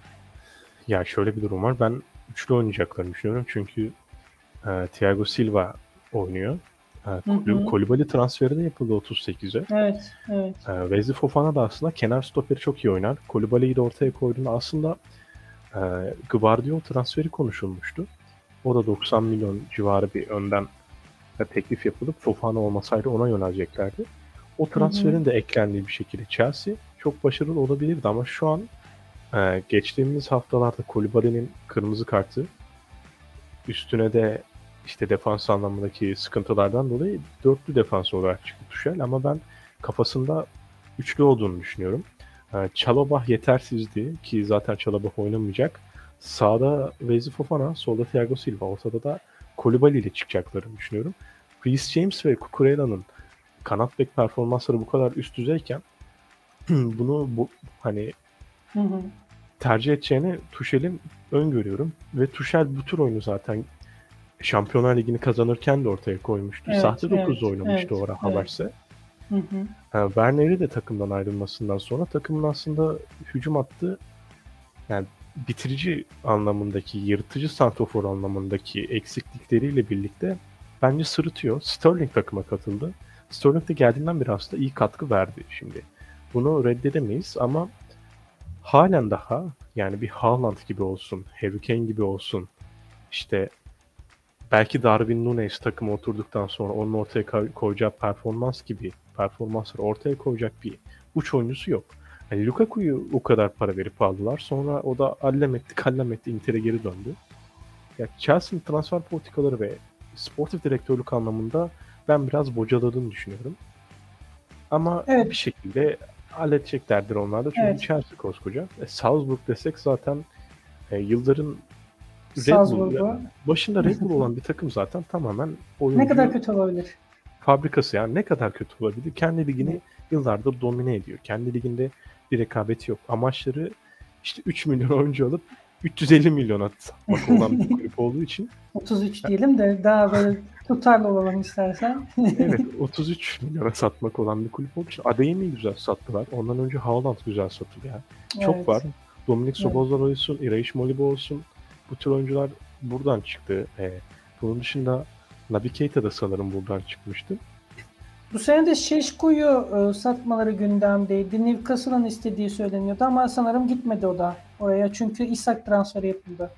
Ya şöyle bir durum var. Ben üçlü oynayacaklarını düşünüyorum. Çünkü e, Thiago Silva oynuyor. E, Hı Kol- hı. Koulibaly transferi de yapıldı otuz sekize. Evet, evet. E, Wesley Fofana da aslında kenar stoperi çok iyi oynar. Koulibaly'yi de ortaya koyduğunda aslında e, Gvardiol transferi konuşulmuştu. O da doksan milyon civarı bir önden teklif yapılıp Fofana olmasaydı ona yöneleceklerdi. O Hı hı. transferin de eklendiği bir şekilde Chelsea çok başarılı olabilirdi ama şu an e, geçtiğimiz haftalarda Koulibaly'nin kırmızı kartı üstüne de işte defans anlamındaki sıkıntılardan dolayı dörtlü defans olarak çıktı Tuchel ama ben kafasında üçlü olduğunu düşünüyorum. E, Çalobah yetersizdi ki zaten Çalobah oynamayacak. Sağda Wesley Fofana, solda Thiago Silva, ortada da Koulibaly ile çıkacaklarını düşünüyorum. Reece James ve Cucurella'nın kanat bek performansları bu kadar üst düzeyken bunu bu hani Hı hı. tercih edeceğini Tuchel'in öngörüyorum ve Tuchel bu tür oyunu zaten Şampiyonlar Ligi'ni kazanırken de ortaya koymuştu. Evet, Sahte evet, dokuzda oynamıştı evet, o ara evet. Havertz'e. Hı hı. Yani Werner'i de takımdan ayrılmasından sonra takımın aslında hücum hattı yani bitirici anlamındaki, yırtıcı santrofor anlamındaki eksiklikleriyle birlikte bence sırıtıyor. Sterling takıma katıldı. Sterling de geldiğinden beri aslında iyi katkı verdi şimdi. Bunu reddedemeyiz ama halen daha yani bir Haaland gibi olsun, Harry Kane gibi olsun, işte belki Darwin Núñez takıma oturduktan sonra onun ortaya koy- koyacağı performans gibi performansları ortaya koyacak bir uç oyuncusu yok. Yani Lukaku'yu o kadar para verip aldılar. Sonra o da allem etti kallem etti Inter'e geri döndü. Ya Chelsea'nin transfer politikaları ve sportif direktörlük anlamında ben biraz bocaladığını düşünüyorum. Ama Evet. bir şekilde halledeceklerdir onlar da. Çünkü Evet. Chelsea koskoca. E, Salzburg desek zaten e, yılların Red Bull ya, Salzburg'u. başında Red Bull olan bir takım zaten tamamen Ne kadar oyuncu kötü olabilir? fabrikası, yani ne kadar kötü olabilir? Kendi ligini Evet. yıllardır domine ediyor. Kendi liginde bir rekabeti yok. Amaçları işte üç milyon oyuncu alıp üç yüz elli milyona satmak olan bir kulüp olduğu için otuz üç diyelim de daha böyle tutarlı olalım istersen. evet, otuz üç milyona satmak olan bir kulüp olduğu için Adeyemi'yi güzel sattılar. Ondan önce Haaland güzel satıldı yani. Çok var. Evet. Dominik Evet. Szoboszlai olsun, İraiş Molibo olsun. Bu tür oyuncular buradan çıktı. Ee, bunun dışında Naby Keita da sanırım buradan çıkmıştı. Bu sene de Şeşko'yu e, satmaları gündemdeydi. Newcastle'ın istediği söyleniyordu ama sanırım gitmedi o da oraya. Çünkü Isak transferi yapıldı.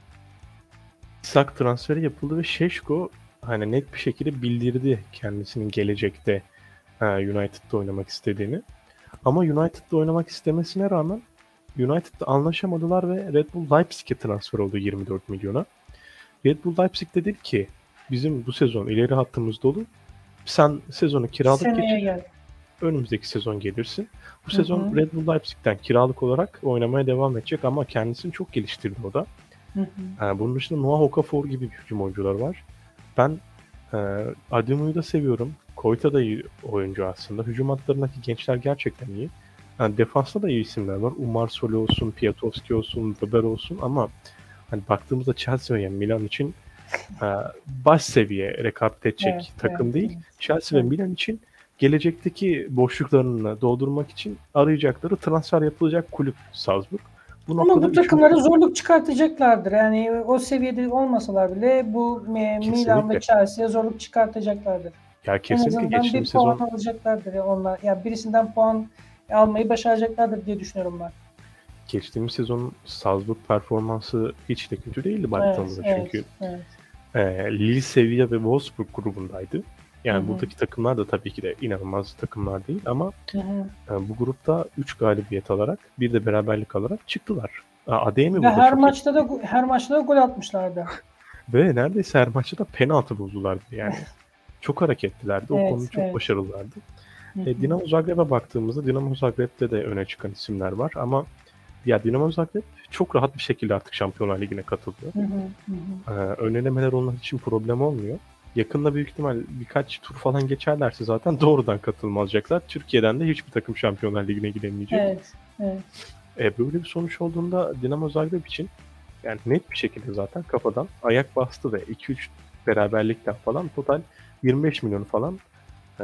Isak transferi yapıldı ve Şeşko hani net bir şekilde bildirdi kendisinin gelecekte e, United'da oynamak istediğini. Ama United'da oynamak istemesine rağmen United'da anlaşamadılar ve Red Bull Leipzig'e transfer oldu yirmi dört milyona. Red Bull Leipzig de dedi ki bizim bu sezon ileri hattımız dolu. Sen sezonu kiralık Seneye geçir. gel. Önümüzdeki sezon gelirsin. Bu Hı sezon hı. Red Bull Leipzig'ten kiralık olarak oynamaya devam edecek ama kendisini çok geliştirdi o da. Hı hı. Yani bunun dışında Noah Okafor gibi bir hücum oyuncular var. Ben e, Ademou'yu da seviyorum. Koyta da iyi oyuncu aslında. Hücum hatlarındaki gençler gerçekten iyi. Yani defansta da iyi isimler var. Umar Sole olsun, Piatowski olsun, Weber olsun ama hani baktığımızda Chelsea ve Milan için e, baş seviye rekabet edecek Evet, takım evet, değil. evet. Chelsea ve Evet. Milan için gelecekteki boşluklarını doldurmak için arayacakları transfer yapılacak kulüp Salzburg. Bu Ama noktada bu üçüncü takımlara zorluk çıkartacaklardır. Yani o seviyede olmasalar bile bu e, Milan ve kesinlikle. Chelsea'ye zorluk çıkartacaklardır. Ya En kesinlikle azından geçtiğimiz bir puan sezon alacaklardır ya onlar. Ya birisinden puan almayı başaracaklardır diye düşünüyorum ben. geçtiğimiz sezon Salzburg performansı hiç de kötü değildi Evet, baktığımızda. evet, Çünkü evet. e, Lille, Sevilla ve Wolfsburg grubundaydı. Hı Yani hı, buradaki takımlar da tabii ki de inanılmaz takımlar değil ama hı hı. e, bu grupta üç galibiyet alarak bir de beraberlik alarak çıktılar. A- Adeyemi Ve burada her çok maçta da etkili. her maçta da gol atmışlardı. Ve neredeyse her maçta da penaltı buldulardı yani. Çok hareketlilerdi. O Evet, konuda çok evet. başarılılardı. Hı E, hı, Dinamo Zagreb'e baktığımızda Dinamo Zagreb'te de öne çıkan isimler var ama ya Dinamo Zagreb çok rahat bir şekilde artık Şampiyonlar Ligi'ne katıldı. hı hı, hı hı. Ee, önlemeler onlar için problem olmuyor. Yakında büyük ihtimal birkaç tur falan geçerlerse zaten doğrudan katılım alacaklar. Türkiye'den de hiçbir takım Şampiyonlar Ligi'ne gidemeyecek. Evet, evet. E, böyle bir sonuç olduğunda Dinamo Zagreb için yani net bir şekilde zaten kafadan ayak bastı ve iki üç beraberlikten falan total yirmi beş milyonu falan e,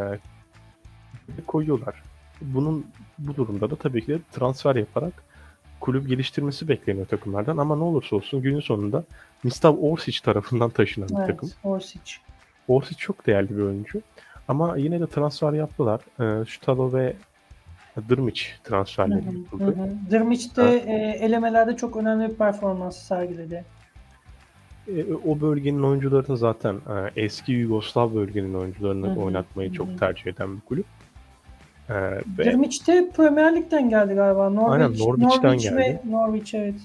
koyuyorlar. Bunun bu durumda da tabii ki de transfer yaparak kulüp geliştirmesi bekleniyor takımlardan ama ne olursa olsun günün sonunda Mislav Orsic tarafından taşınan bir takım. Evet, Orsic. Orsic çok değerli bir oyuncu. Ama yine de transfer yaptılar. Ee, Şutalo ve Drmic Hı transferleri hı, hı yapıldı. hı. Drmic de Ha, e, elemelerde çok önemli bir performans sergiledi. e, o bölgenin oyuncularını zaten e, eski Yugoslav bölgenin Hı oyuncularını hı, oynatmayı hı çok hı. tercih eden bir kulüp. E, ve Drmic de Premier Lig'den geldi galiba. aynen Norwich, Norwich'ten Norwich geldi. ve Norwich evet.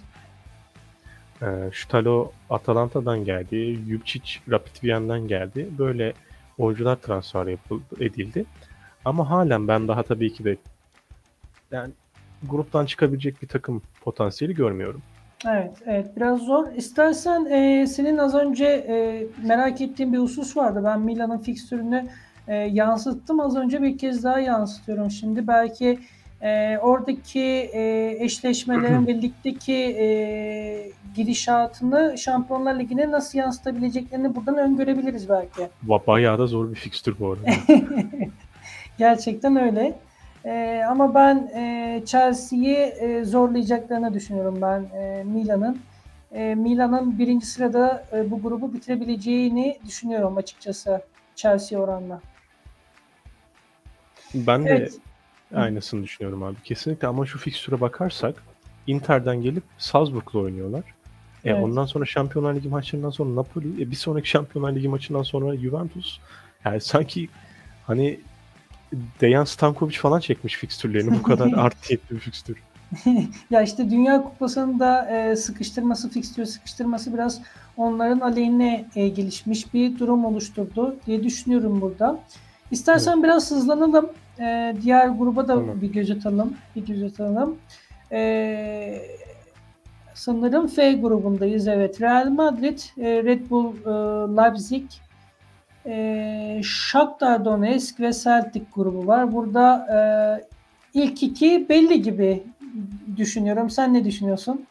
E, Şutalo Atalanta'dan geldi. Jupčić Rapid Wien'den geldi. Böyle oyuncular transfer yapıldı, edildi. Ama halen ben daha tabii ki de yani gruptan çıkabilecek bir takım potansiyeli görmüyorum. Evet, evet biraz zor. İstersen e, senin az önce e, merak ettiğin bir husus vardı. Ben Milan'ın fikstürünü e, yansıttım. Az önce bir kez daha yansıtıyorum şimdi. Belki e, oradaki e, eşleşmelerin ve ligdeki e, gidişatını Şampiyonlar Ligi'ne nasıl yansıtabileceklerini buradan öngörebiliriz belki. Ba- Bayağı da zor bir fikstür bu arada. Gerçekten öyle. Ee, ama ben e, Chelsea'yi e, zorlayacaklarını düşünüyorum ben e, Milan'ın. E, Milan'ın birinci sırada e, bu grubu bitirebileceğini düşünüyorum açıkçası Chelsea oranla. Ben de Evet. Hı hı. aynısını düşünüyorum abi. Kesinlikle ama şu fikstüre bakarsak Inter'den gelip Salzburg'la oynuyorlar. E, Evet. ondan sonra Şampiyonlar Ligi maçlarından sonra Napoli, e, bir sonraki Şampiyonlar Ligi maçından sonra Juventus. Yani sanki hani Dejan Stankovic falan çekmiş fikstürlerini bu kadar art niyetli bir fikstür. Ya işte Dünya Kupası'nda e, sıkıştırması, fikstür sıkıştırması biraz onların aleyhine e, gelişmiş bir durum oluşturdu diye düşünüyorum burada. Evet. İstersen biraz hızlanalım. E, diğer gruba da Tamam. bir göz atalım. Bir göz atalım. E, sanırım F grubundayız. Evet. Real Madrid, e, Red Bull e, Leipzig, e, Shakhtar Donetsk ve Celtic grubu var. Burada e, ilk iki belli gibi düşünüyorum. Sen ne düşünüyorsun?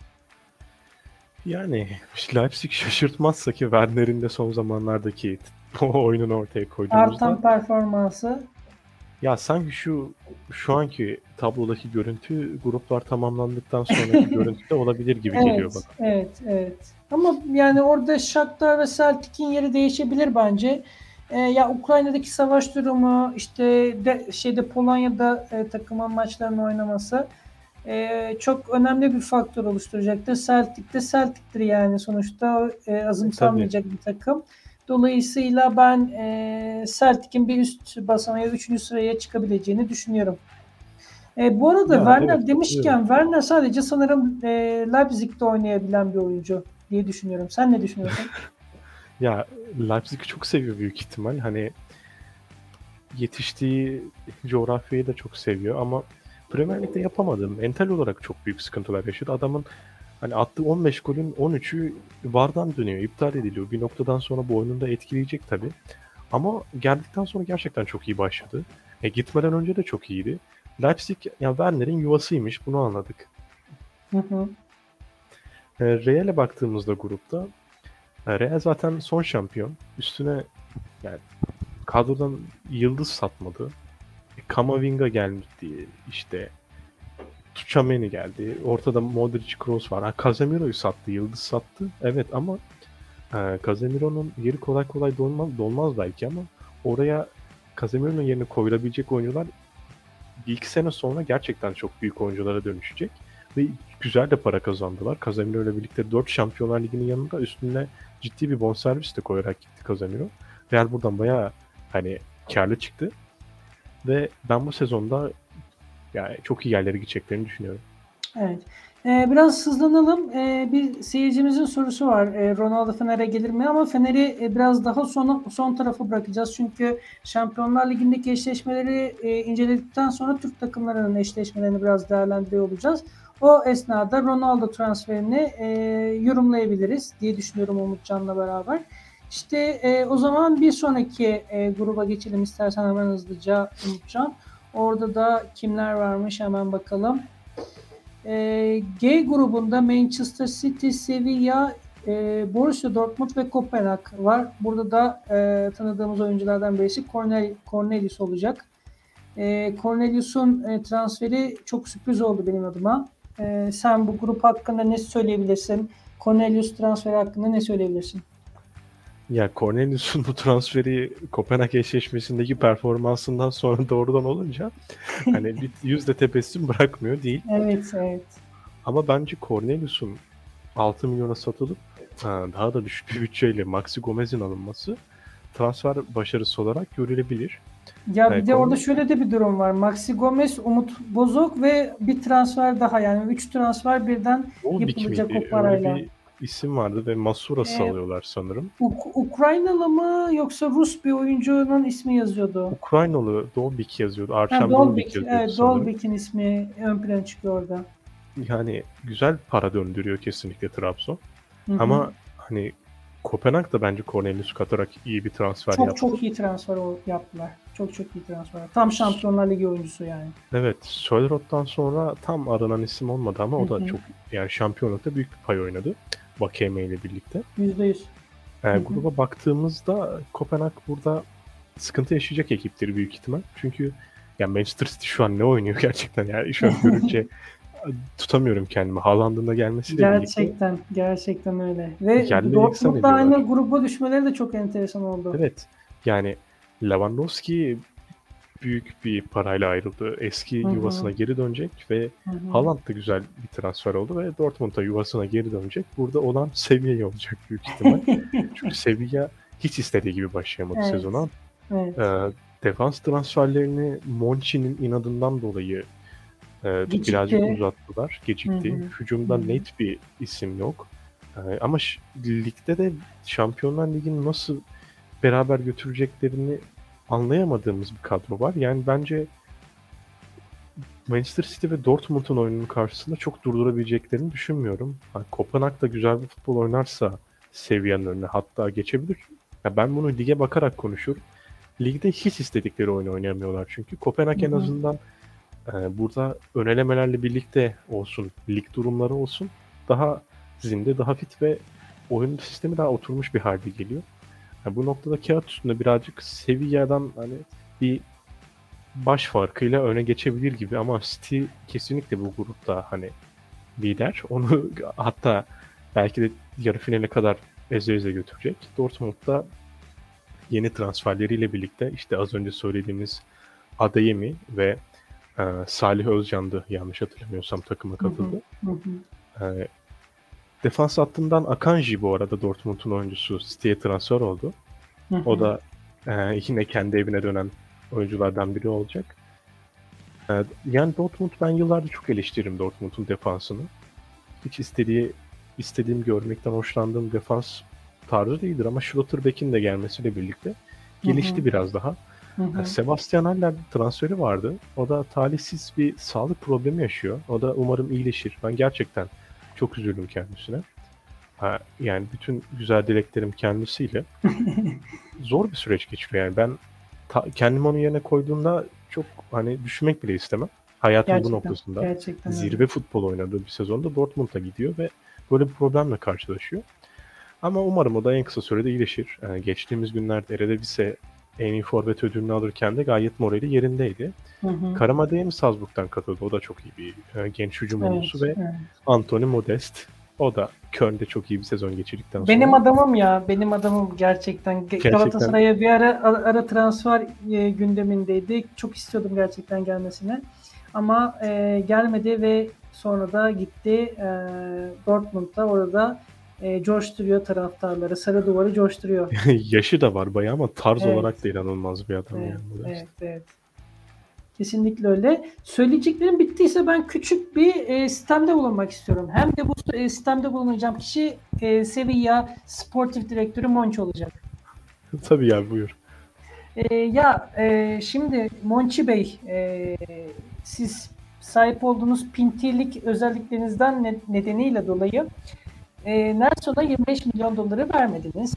Yani Leipzig şaşırtmazsa ki Werner'in de son zamanlardaki o oyununu ortaya koyduğumuzda Artan performansı. ya sanki şu şu anki tablodaki görüntü gruplar tamamlandıktan sonraki görüntü de olabilir gibi geliyor Evet, bana. evet, evet. Ama yani orada Shakhtar ve Celtic'in yeri değişebilir bence. Ee, ya Ukrayna'daki savaş durumu, işte de, şeyde Polonya'da e, takımın maçlarını oynaması e, çok önemli bir faktör oluşturacaktır. Celtic de Celtic'tir yani sonuçta e, E, tabii. azımsanmayacak bir takım. Dolayısıyla ben e, Celtic'in bir üst basamağa, üçüncü sıraya çıkabileceğini düşünüyorum. E, bu arada Ya evet Werner katılıyorum. demişken Werner sadece sanırım e, Leipzig'te oynayabilen bir oyuncu diye düşünüyorum. Sen ne düşünüyorsun? Ya Leipzig'i çok seviyor büyük ihtimal. Hani yetiştiği coğrafyayı da çok seviyor ama Premier Lig'de yapamadı. Mental olarak çok büyük sıkıntılar yaşadı. Adamın hani attığı on beş golün on üçü VAR'dan dönüyor, iptal ediliyor. Bir noktadan sonra bu oyununu da etkileyecek tabii. Ama geldikten sonra gerçekten çok iyi başladı. E, gitmeden önce de çok iyiydi. Leipzig ya Werner'in yuvasıymış, bunu anladık. Hı hı. E, Real'e baktığımızda grupta e, Real zaten son şampiyon. Üstüne yani kadrodan yıldız satmadı. E, Kamavinga geldi işte. Tchouaméni geldi. Ortada Modric, Kroos var. Ha, Casemiro'yu sattı, yıldız sattı. Evet ama e, Casemiro'nun yeri kolay kolay dolmaz, dolmaz belki ama oraya Casemiro'nun yerine koyulabilecek oyuncular bir iki sene sonra gerçekten çok büyük oyunculara dönüşecek. Ve güzel de para kazandılar. Casemiro ile birlikte dört Şampiyonlar Ligi'nin yanında üstüne ciddi bir bonservis de koyarak gitti Casemiro. Real buradan bayağı hani karlı çıktı. Ve ben bu sezonda yani çok iyi yerlere gideceklerini düşünüyorum. Evet. Ee, biraz hızlanalım. Ee, bir seyircimizin sorusu var. Ee, Ronaldo Fener'e gelir mi? Ama Fener'i e, biraz daha son, son tarafa bırakacağız. Çünkü Şampiyonlar Ligi'ndeki eşleşmeleri e, inceledikten sonra Türk takımlarının eşleşmelerini biraz değerlendiriyor olacağız. O esnada Ronaldo transferini e, yorumlayabiliriz diye düşünüyorum Umutcan'la beraber. İşte e, o zaman bir sonraki e, gruba geçelim istersen hemen hızlıca Umutcan. Orada da kimler varmış hemen bakalım. E, G grubunda Manchester City, Sevilla, e, Borussia Dortmund ve Kopenhag var. Burada da e, tanıdığımız oyunculardan birisi Cornel, Cornelius olacak. E, Cornelius'un e, transferi çok sürpriz oldu benim adıma. E, sen bu grup hakkında ne söyleyebilirsin? Cornelius transferi hakkında ne söyleyebilirsin? Ya Cornelius'un bu transferi Kopenhag eşleşmesindeki performansından sonra doğrudan olunca hani bir yüzde tebessüm bırakmıyor değil. Evet, evet. Ama bence Cornelius'un altı milyona satılıp ha, daha da düşük bir bütçeyle Maxi Gomez'in alınması transfer başarısı olarak görülebilir. Ya E, bir de orada Cornelius şöyle de bir durum var. Maxi Gomez, Umut Bozok ve bir transfer daha yani üç transfer birden Volbik yapılacak o miydi? Öyle parayla. bir isim vardı ve Masuras'ı Ee, alıyorlar sanırım. Uk- Ukraynalı mı yoksa Rus bir oyuncunun ismi yazıyordu. Ukraynalı Dolbik yazıyordu. Ha, Arçem Dolbik Dolbek, yazıyordu evet, sanırım. Dolbek'in ismi ön plana çıkıyor orada. Yani güzel para döndürüyor kesinlikle Trabzon. Hı hı. Ama hani Kopenhag da bence Cornelius katarak iyi bir transfer Çok yaptı. çok iyi transfer yaptılar. Çok çok iyi transfer. Tam Şampiyonlar Ligi oyuncusu yani. Evet, Sölrot'tan sonra tam aranan isim olmadı ama Hı o da hı. çok yani şampiyonlukta büyük bir pay oynadı. Vakeme ile birlikte. Yüzde yüz. E, Hı hı. gruba baktığımızda Kopenhag burada sıkıntı yaşayacak ekipleri büyük ihtimal. Çünkü yani Manchester City şu an ne oynuyor gerçekten yani şu an görünce tutamıyorum kendimi. Haaland'ın da gelmesiyle birlikte Gerçekten, gerçekten öyle. Ve yerle yeksan Dortmund'la ediyorlar. aynı gruba düşmeleri de çok enteresan oldu. Evet. Yani Lewandowski büyük bir parayla ayrıldı. Eski Hı yuvasına hı. geri dönecek ve Hı hı. Haaland da güzel bir transfer oldu ve Dortmund'a yuvasına geri dönecek. Burada olan Sevilla olacak büyük ihtimal. Çünkü Sevilla hiç istediği gibi başlayamadı Evet, sezona. evet. Ee, defans transferlerini Monchi'nin inadından dolayı e, birazcık Gecikti. uzattılar, Hı gecikti. hı. Hı Hücumda hı. net bir isim yok. Ee, ama ş- ligde de Şampiyonlar Ligi'ni nasıl beraber götüreceklerini anlayamadığımız bir kadro var. Yani bence Manchester City ve Dortmund'un oyununun karşısında çok durdurabileceklerini düşünmüyorum. Hani Kopenhag da güzel bir futbol oynarsa seviyenin önüne hatta geçebilir. Ya ben bunu lige bakarak konuşuyorum. Ligde hiç istedikleri oyunu oynayamıyorlar çünkü. Kopenhag Hı en hı. azından e, burada önelemelerle birlikte olsun, lig durumları olsun daha zinde, daha fit ve oyun sistemi daha oturmuş bir halde geliyor. Yani bu noktada kağıt üstünde birazcık seviyeden hani bir baş farkıyla öne geçebilir gibi ama City kesinlikle bu grupta hani lider. Onu hatta belki de yarı finale kadar eze eze götürecek. Dortmund'da yeni transferleriyle birlikte işte az önce söylediğimiz Adeyemi ve e, Salih Özcan'dı yanlış hatırlamıyorsam takıma Hı hı. katıldı. Hı hı. E, defans hattından Akanji bu arada Dortmund'un oyuncusu City'ye transfer oldu. Hı O hı. da e, yine kendi evine dönen oyunculardan biri olacak. E, yani Dortmund ben yıllardır çok eleştiririm Dortmund'un defansını. Hiç istediği istediğim görmekten hoşlandığım defans tarzı değildir ama Schlotterbeck'in de gelmesiyle birlikte Hı hı. gelişti biraz daha. Hı Ha, hı. Sebastian Haller transferi vardı. O da talihsiz bir sağlık problemi yaşıyor. O da umarım iyileşir. Ben gerçekten çok üzüldüm kendisine. Ha, yani bütün güzel dileklerim kendisiyle. Zor bir süreç geçiriyor yani. Ben ta- kendimi onun yerine koyduğumda çok hani düşünmek bile istemem. Hayatın bu Gerçekten. noktasında Gerçekten öyle. zirve futbol oynadığı bir sezonda Dortmund'a gidiyor ve böyle bir problemle karşılaşıyor. Ama umarım o da en kısa sürede iyileşir. Yani geçtiğimiz günlerde Eredivisie en iyi forvet ödülünü alırken de gayet morali yerindeydi. Hı hı. Karamademi Salzburg'dan katıldı. O da çok iyi bir e, genç hücum oyuncusu Evet. ve Evet. Anthony Modest. O da Köln'de çok iyi bir sezon geçirdikten Benim sonra adamım ya. Benim adamım gerçekten. Ge- gerçekten Galatasaray'a bir ara ara, ara transfer e, gündemindeydi. Çok istiyordum gerçekten gelmesini. Ama e, gelmedi ve sonra da gitti e, Dortmund'da. Orada e, coşturuyor taraftarları. Sarı duvarı coşturuyor. yaşı da var bayağı ama tarz olarak Evet. da inanılmaz bir adam Evet. yani Modest. Evet. Evet. Kesinlikle öyle. Söyleyeceklerim bittiyse ben küçük bir e, sistemde bulunmak istiyorum. Hem de bu e, sistemde bulunacağım kişi e, Sevilla Sportif Direktörü Monchi olacak. Tabii ya buyur. E, ya e, şimdi Monchi Bey, e, siz sahip olduğunuz pintilik özelliklerinizden ne, nedeniyle dolayı e, Nelson'a yirmi beş milyon doları vermediniz.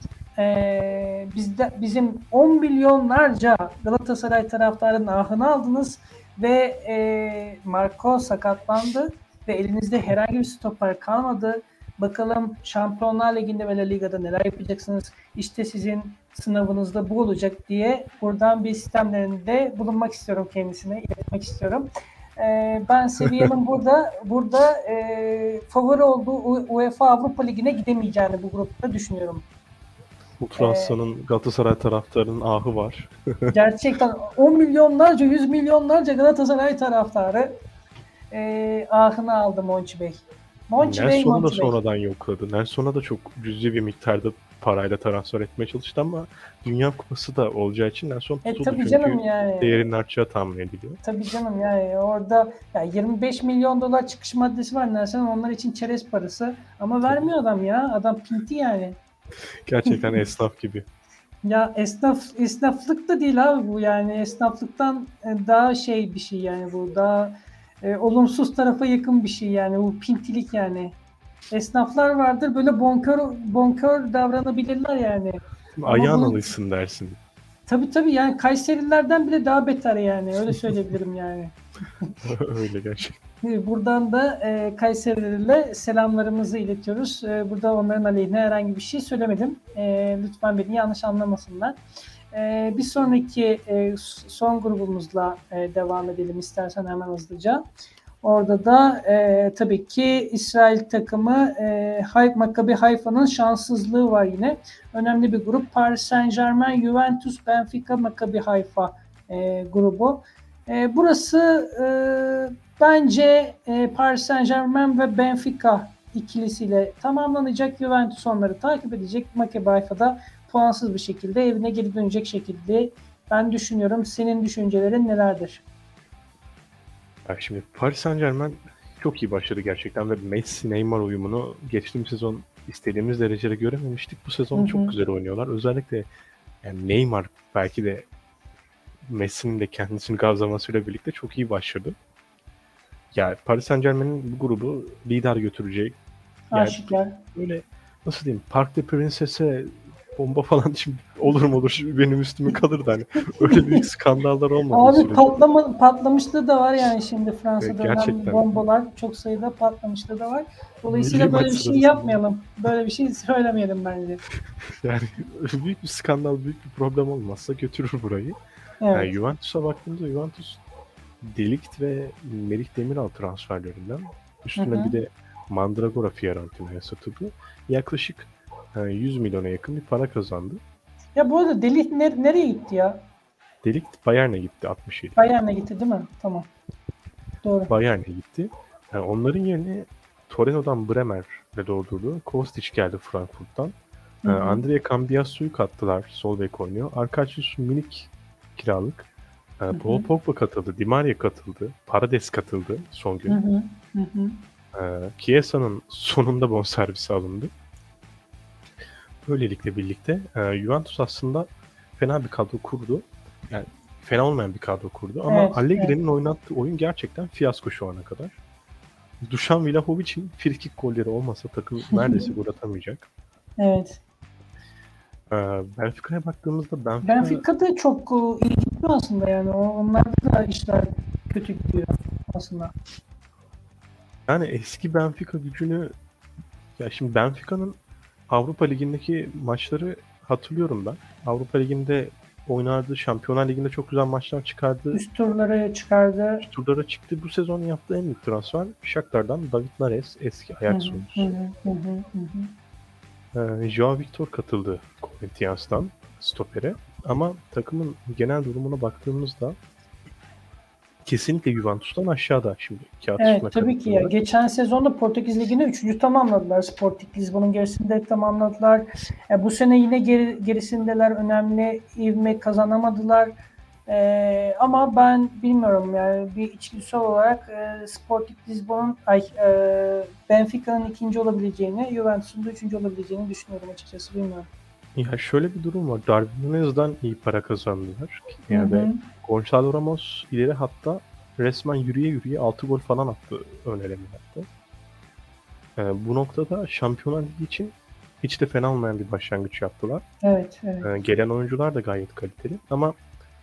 E, bizde bizim on milyonlarca Galatasaray taraftarının ahını aldınız ve e, Marco sakatlandı ve elinizde herhangi bir stoper kalmadı. Bakalım Şampiyonlar Ligi'nde ve La Liga'da neler yapacaksınız? İşte sizin sınavınızda bu olacak diye buradan bir sistemlerinde bulunmak istiyorum kendisine, iletmek istiyorum. Ee, ben Sevilla'nın burada burada e, favori olduğu UEFA Avrupa Ligi'ne gidemeyeceğini bu grupta düşünüyorum. Ee, Ultrasa'nın Galatasaray taraftarının ahı var. gerçekten on milyonlarca, yüz milyonlarca Galatasaray taraftarı e, ahını aldı Monchi Bey. Monchi Bey, Nelson'u da Monchi Bey. sonradan yokladı. Nelson'a da çok cüzi bir miktarda parayla transfer etmeye çalıştı ama Dünya Kupası da olacağı için Nelson E tutuldu. tabii canım Çünkü yani. değerinin artacağı tahmin ediliyor. Tabii canım yani orada ya yirmi beş milyon dolar çıkış maddesi var Nelson, onlar için çerez parası ama Tabii. vermiyor adam ya. Adam pinti yani. Gerçekten esnaf gibi. Ya esnaf esnaflık da değil abi bu, yani esnaflıktan daha şey bir şey, yani bu daha e, olumsuz tarafa yakın bir şey, yani bu pintilik yani. Esnaflar vardır böyle bonkör bonkör davranabilirler yani. Ama Ayağın bu alışsın dersin. tabii tabii yani Kayserilerden bile daha beter, yani öyle söyleyebilirim yani. Öyle gerçekten. Buradan da e, Kayserililere selamlarımızı iletiyoruz. E, burada onların aleyhine herhangi bir şey söylemedim. E, lütfen beni yanlış anlamasınlar. E, bir sonraki e, son grubumuzla e, devam edelim istersen hemen hızlıca. Orada da e, tabii ki İsrail takımı e, Maccabi Haifa'nın şanssızlığı var yine. Önemli bir grup. Paris Saint-Germain, Juventus, Benfica, Maccabi Haifa e, grubu. E, burası e, bence e, Paris Saint-Germain ve Benfica ikilisiyle tamamlanacak. Juventus onları takip edecek. Maccabi Haifa'da puansız bir şekilde evine geri dönecek şekilde ben düşünüyorum. Senin düşüncelerin nelerdir? Yani şimdi Paris Saint-Germain çok iyi başladı gerçekten ve Messi-Neymar uyumunu geçtiğimiz sezon istediğimiz derecede görememiştik. Bu sezon Hı çok hı. güzel oynuyorlar. Özellikle yani Neymar belki de Messi'nin de kendisini gazlamasıyla birlikte çok iyi başladı. Ya Paris Saint-Germain'in bu grubu lider götürecek. Yani Aşikar. böyle nasıl diyeyim, Park de Princess'e bomba falan şimdi olur mu olur benim üstüme kalır da hani öyle büyük skandallar olmadığı Abi sürece patlama, patlamışlığı da var yani şimdi e, Fransa'da önemli gerçekten bombalar çok sayıda patlamışlığı da var. milli Dolayısıyla maç böyle bir şey sırasında yapmayalım. Böyle bir şey söylemeyelim bence. yani büyük bir skandal, büyük bir problem olmazsa götürür burayı. Yani Evet. Juventus'a baktığımızda Juventus De Ligt ve Melih Demiral transferlerinden Hı üstüne hı. bir de Mandragora Fiorentina'ya satıldı. Yaklaşık e, yüz milyona yakın bir para kazandı. Ya bu arada Deli ne- nereye gitti ya? De Ligt Bayern'e gitti altmış yedi. Bayern'e gitti değil mi? Tamam. Doğru. Bayern'e gitti. Yani onların yerine Torino'dan Bremer'le doldurdu. Kostic geldi Frankfurt'tan. Hı Ee, hı. Andrea Cambiasu'yu kattılar. Sol bek oynuyor. Arkacius minik kiralık. Ee, Hı Paul hı. Pogba katıldı. Di Maria katıldı. Paredes katıldı son Hı gün. hı. Hı hı. Ee, Chiesa'nın sonunda bonservisi alındı. Böylelikle birlikte e, Juventus aslında fena bir kadro kurdu. Yani fena olmayan bir kadro kurdu. Ama Evet, evet. Allegri'nin oynattığı oyun gerçekten fiyasko şu ana kadar. Dušan Vlahovic'in frikik golleri olmasa takım neredeyse gol atamayacak. Evet. Ee, Benfica'ya baktığımızda Benfica Benfica'da çok e, iyi gitmiyor aslında yani. O, onlarda da işler kötü gidiyor aslında. yani eski Benfica gücünü, ya şimdi Benfica'nın Avrupa Ligi'ndeki maçları hatırlıyorum ben. Avrupa Ligi'nde oynardı. Şampiyonlar Ligi'nde çok güzel maçlar çıkardı. Üst turları çıkardı. Üst turlara çıktı. Bu sezon yaptığı en büyük transfer Shakhtar'dan David Neres, eski Hı Ajax hı. Hı oyuncusu. hı. Hı hı. Hı hı. Ee, Joao Victor katıldı Corinthians'tan stopere. Ama takımın genel durumuna baktığımızda kesinlikle Juventus'tan aşağıda şimdi kağıt üstünde Evet tabii kalite ki ya. olarak. Geçen sezonda Portekiz Ligi'ni üçüncü tamamladılar. Sporting Lisbon'un gerisinde tamamladılar. E, bu sene yine geri, gerisindeler. Önemli ivme kazanamadılar. E, ama ben bilmiyorum yani bir içgüdüsel olarak e, Sporting Lisbon'un ay, e, Benfica'nın ikinci olabileceğini, Juventus'un da üçüncü olabileceğini düşünüyorum açıkçası. Bilmiyorum. Ya şöyle bir durum var. Darwin Nunez'den iyi para kazandılar. Hı Yani ve hı. Gonçalo Ramos ileri hatta resmen yürüye yürüye altı gol falan attı ön elemelerde. Ee, bu noktada Şampiyonlar Ligi için hiç de fena olmayan bir başlangıç yaptılar. Evet, evet. Ee, gelen oyuncular da gayet kaliteli. Ama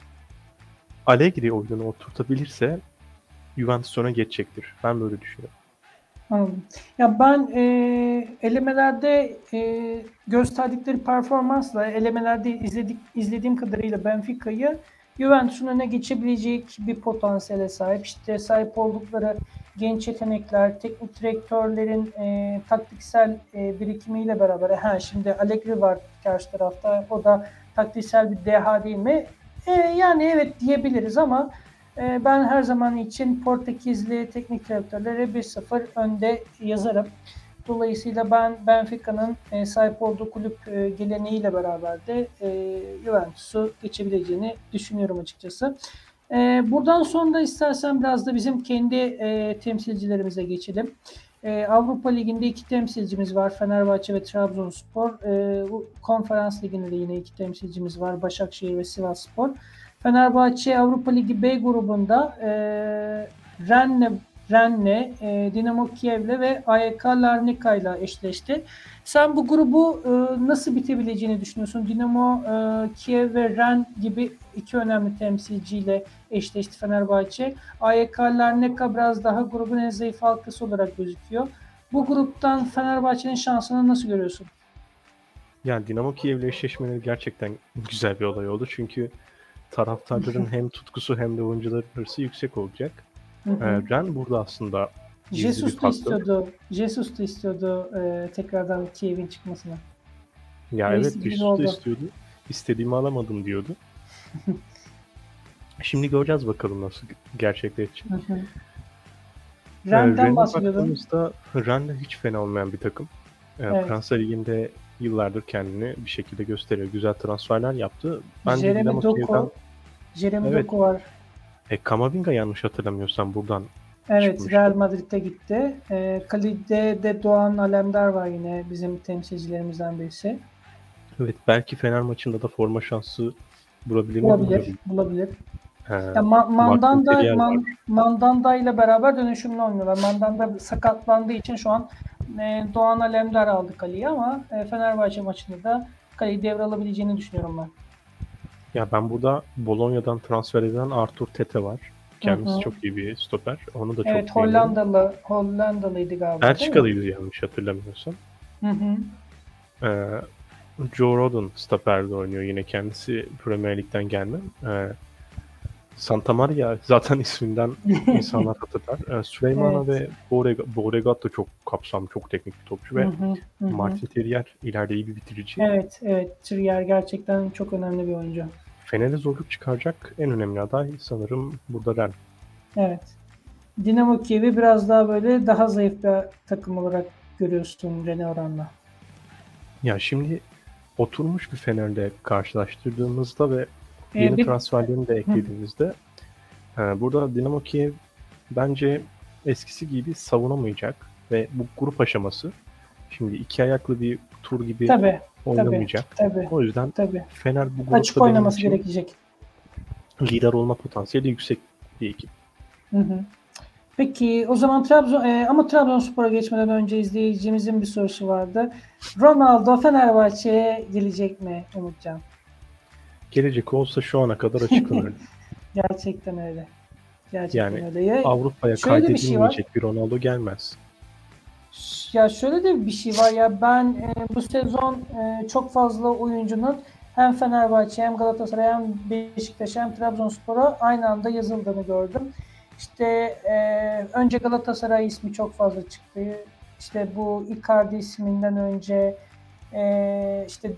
Allegri oyununu oturtabilirse Juventus öne geçecektir. Ben böyle düşünüyorum. Anladım. Ya ben e, elemelerde e, gösterdikleri performansla elemelerde izledik izlediğim kadarıyla Benfica'yı Juventus'un öne geçebilecek bir potansiyele sahip. İşte sahip oldukları genç yetenekler, teknik direktörlerin e, taktiksel e, birikimiyle beraber. Ha şimdi Allegri var karşı tarafta. O da taktiksel bir deha değil mi? E, yani evet diyebiliriz ama ee, ben her zaman için Portekizli teknik direktörlere bir sıfır önde yazarım. Dolayısıyla ben Benfica'nın e, sahip olduğu kulüp e, geleneğiyle beraber de e, Juventus'u geçebileceğini düşünüyorum açıkçası. E, buradan sonra da istersen biraz da bizim kendi e, temsilcilerimize geçelim. E, Avrupa Ligi'nde iki temsilcimiz var. Fenerbahçe ve Trabzonspor. E, Konferans Ligi'nde de yine iki temsilcimiz var. Başakşehir ve Sivasspor. Fenerbahçe Avrupa Ligi B grubunda e, Rennes, Rennes, e, Dinamo Kiev'le ve A Y K Larnaka'yla eşleşti. Sen bu grubu e, nasıl bitebileceğini düşünüyorsun? Dinamo e, Kiev ve Rennes gibi iki önemli temsilciyle eşleşti Fenerbahçe. A Y K Larnaka biraz daha grubun en zayıf halkası olarak gözüküyor. Bu gruptan Fenerbahçe'nin şansını nasıl görüyorsun? Yani Dinamo Kiev'le eşleşmeleri gerçekten güzel bir olay oldu. Çünkü taraftarların hem tutkusu hem de oyuncuların hırsı yüksek olacak. Hı Ee, hı. Ren burada aslında gizli bir Jesus da faktör. istiyordu. Jesus da istiyordu e, tekrardan Kiev'in çıkmasını. Ya Ve evet, istediği gibi Jesus da oldu. istiyordu. İstediğimi alamadım diyordu. Şimdi göreceğiz bakalım nasıl gerçekleşecek. Hı hı. Ee, Rennes'den Rennes'e bahsediyordun. baktığımızda Rennes de hiç fena olmayan bir takım. Ee, Evet. Fransa Ligi'nde yıllardır kendini bir şekilde gösteriyor. Güzel transferler yaptı. Bence Jeremy Dinamo Kiev'den Doku. Jeremy evet, Doku var. e, Kamavinga yanlış hatırlamıyorsam buradan Evet, Real çıkmıştı. Madrid'e gitti. E, Kali'de de Doğan Alemdar var yine bizim temsilcilerimizden birisi. Evet, belki Fener maçında da forma şansı bulabilir mi Bulabilir, bilmiyorum. bulabilir. He, Ya Ma- Martin Mandanda Terrier var. Man- Mandanda ile beraber dönüşümlü oynuyorlar. Mandanda sakatlandığı için şu an e, Doğan Alemdar aldı kaleyi ama e, Fenerbahçe maçında da kaleyi devralabileceğini düşünüyorum ben. Ya ben burada Bologna'dan transfer edilen Artur Tete var. Hı Kendisi hı. çok iyi bir stoper. Onu da Evet, çok beğeniyorum. Hollandalı Hollandalıydı galiba, değil mi? Belçikalıydı yanlış hatırlamıyorsam. Hı hı. Ee, Joe Rodon stoperde oynuyor yine kendisi Premier Lig'den gelme. Ee, Santa Maria zaten isminden insanlar hatırlar. Ee, Süleymana Evet. ve Borega- Boregat da çok kapsamlı, çok teknik bir topçu Hı ve hı. Hı hı. Martin Terrier ileride iyi bir bitirici. Evet, evet. Trier gerçekten çok önemli bir oyuncu. Fener'e zorluk çıkaracak en önemli aday sanırım burada Ren. Evet. Dinamo Kiev'i biraz daha böyle daha zayıf bir takım olarak görüyorsun Rene oranla. Ya şimdi oturmuş bir Fener'le karşılaştırdığımızda ve Ee, yeni bir transferlerini de Hı. eklediğimizde e, burada Dinamo Kiev bence eskisi gibi savunamayacak ve bu grup aşaması şimdi iki ayaklı bir tur gibi Tabii, tabii, oynamayacak. tabii, O yüzden tabii. Fener bu Açık grupta benim oynaması için gerekecek. lider olma potansiyeli yüksek bir ekip. Hı hı. Peki o zaman Trabzon e, ama Trabzonspor'a geçmeden önce izleyicimizin bir sorusu vardı. Ronaldo Fenerbahçe'ye gelecek mi Umutcan? Gelecek olsa şu ana kadar açıklanırdı. Gerçekten öyle. Gerçekten Yani öyle. Ya, Avrupa'ya şöyle de bir şey var. kaydedilmeyecek bir Ronaldo gelmez. Ya şöyle de bir şey var ya ben e, bu sezon e, çok fazla oyuncunun hem Fenerbahçe hem Galatasaray hem Beşiktaş hem Trabzonspor'a aynı anda yazıldığını gördüm. İşte e, önce Galatasaray ismi çok fazla çıktı. İşte bu Icardi isminden önce e, işte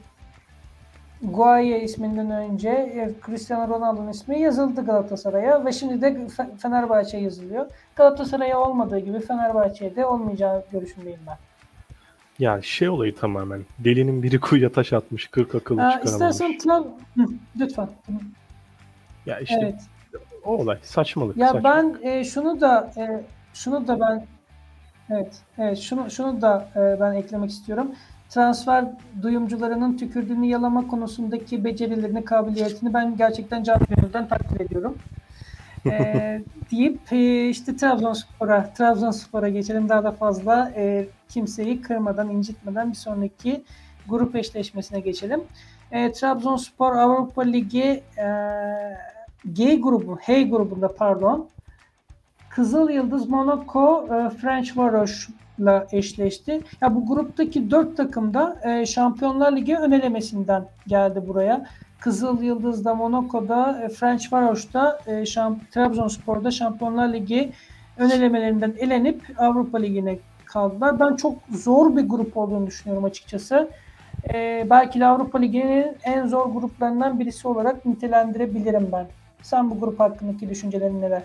Guaya isminden önce e, Cristiano Ronaldo'nun ismi yazıldı Galatasaray'a ve şimdi de Fe- Fenerbahçe yazılıyor. Galatasaray'a olmadığı gibi Fenerbahçe'ye de olmayacağı görüşündeyim ben. Ya şey olayı tamamen. Delinin biri kuyuya taş atmış, kırk akıllı Ee, istersen çıkaramamış. Trab Hı, lütfen. Hı, Ya işte evet. o olay saçmalık, Ya ben saçmalık. e, şunu da e, şunu da ben evet evet şunu şunu da e, ben eklemek istiyorum. Transfer duyumcularının tükürdüğünü yalama konusundaki becerilerini, kabiliyetini ben gerçekten canı gönülden takdir ediyorum. E, deyip e, işte Trabzonspor'a Trabzonspor'a geçelim daha da fazla e, kimseyi kırmadan, incitmeden bir sonraki grup eşleşmesine geçelim. E, Trabzonspor Avrupa Ligi e, G grubu, H grubunda pardon. Kızıl Yıldız Monaco e, Ferencvaros'la eşleşti. Ya bu gruptaki dört takım da e, Şampiyonlar Ligi ön elemesinden geldi buraya. Kızıl Yıldız'da, Monaco'da, e, Ferencvaros'ta, e, Şamp Trabzonspor'da Şampiyonlar Ligi ön elemelerinden elenip Avrupa Ligi'ne kaldılar. Ben çok zor bir grup olduğunu düşünüyorum açıkçası. E, belki de Avrupa Ligi'nin en zor gruplarından birisi olarak nitelendirebilirim ben. Sen bu grup hakkındaki düşüncelerin neler?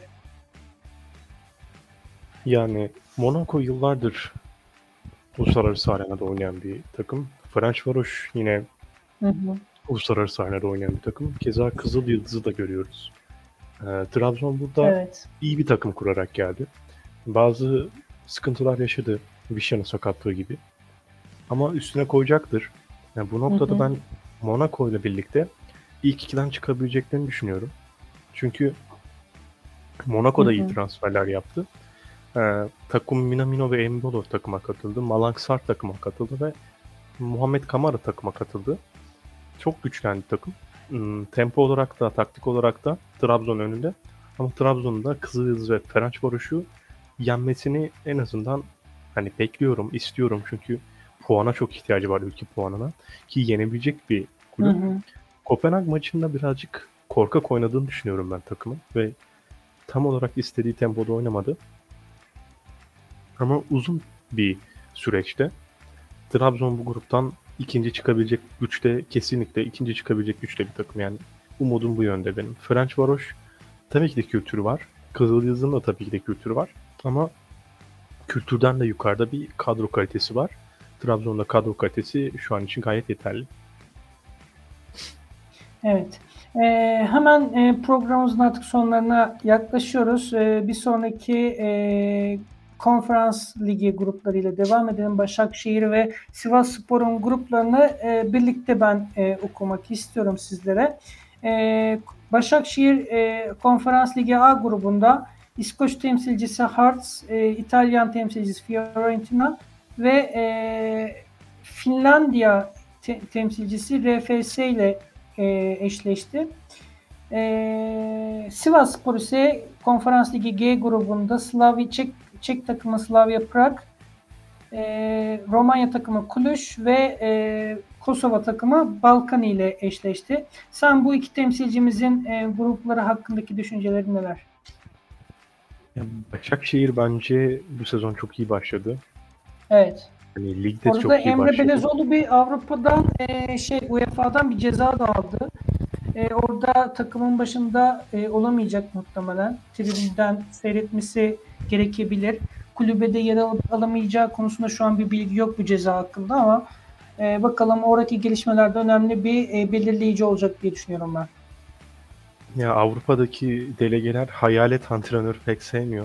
Yani Monaco yıllardır uluslararası arenada oynayan bir takım. Ferencvaros yine Hı hı. uluslararası arenada oynayan bir takım. Keza Kızıl Yıldız'ı da görüyoruz. Ee, Trabzon burada Evet. iyi bir takım kurarak geldi. Bazı sıkıntılar yaşadı. Vişya'nın sakatlığı gibi. Ama üstüne koyacaktır. Yani bu Hı noktada hı. ben Monaco ile birlikte ilk ikiden çıkabileceklerini düşünüyorum. Çünkü Hı Monaco da iyi hı. transferler yaptı. Ee, Takum Minamino ve Embolo takıma katıldı. Malang Sarr takıma katıldı ve Muhammed Kamara takıma katıldı. Çok güçlendi takım. Hmm, tempo olarak da taktik olarak da Trabzon önünde. Ama Trabzon'un da Kızılyıldız ve Ferencvaros'u yenmesini en azından hani bekliyorum, istiyorum. Çünkü puana çok ihtiyacı var ülke puanına. Ki yenebilecek bir Hı kulüp. hı. Kopenhag maçında birazcık korkak oynadığını düşünüyorum ben takımın. Ve tam olarak istediği tempoda oynamadı. Ama uzun bir süreçte Trabzon bu gruptan ikinci çıkabilecek güçte, kesinlikle ikinci çıkabilecek güçte bir takım. Yani umudum bu yönde benim. Ferencvaros tabii ki de kültürü var. Kızılyıldız'ın da tabii ki de kültürü var. Ama kültürden de yukarıda bir kadro kalitesi var. Trabzon'da kadro kalitesi şu an için gayet yeterli. Evet. Ee, hemen e, programımızın artık sonlarına yaklaşıyoruz. Ee, bir sonraki e, konferans ligi gruplarıyla devam edelim. Başakşehir ve Sivasspor'un gruplarını e, birlikte ben e, okumak istiyorum sizlere. E, Başakşehir e, Konferans Ligi A grubunda İskoç temsilcisi Hearts, e, İtalyan temsilcisi Fiorentina ve e, Finlandiya te- temsilcisi R F S ile e, eşleşti. E, Sivasspor ise Konferans Ligi G grubunda Slavia Çek, Çek takımı Slavia Prag, e, Romanya takımı Cluj ve e, Kosova takımı Balkani ile eşleşti. Sen bu iki temsilcimizin e, grupları hakkındaki düşüncelerin neler? Ya Başakşehir bence bu sezon çok iyi başladı. Evet. Hani ligde Orada çok iyi Emre başladı. Belezoğlu bir Avrupa'dan e, şey U E F A'dan bir ceza da aldı. E, orada takımın başında e, olamayacak muhtemelen. Tribünden seyretmesi gerekebilir. Kulübede yer alıp alamayacağı konusunda şu an bir bilgi yok bu ceza hakkında ama e, bakalım oradaki gelişmelerde önemli bir e, belirleyici olacak diye düşünüyorum ben. Ya Avrupa'daki delegeler hayalet antrenör pek sevmiyor.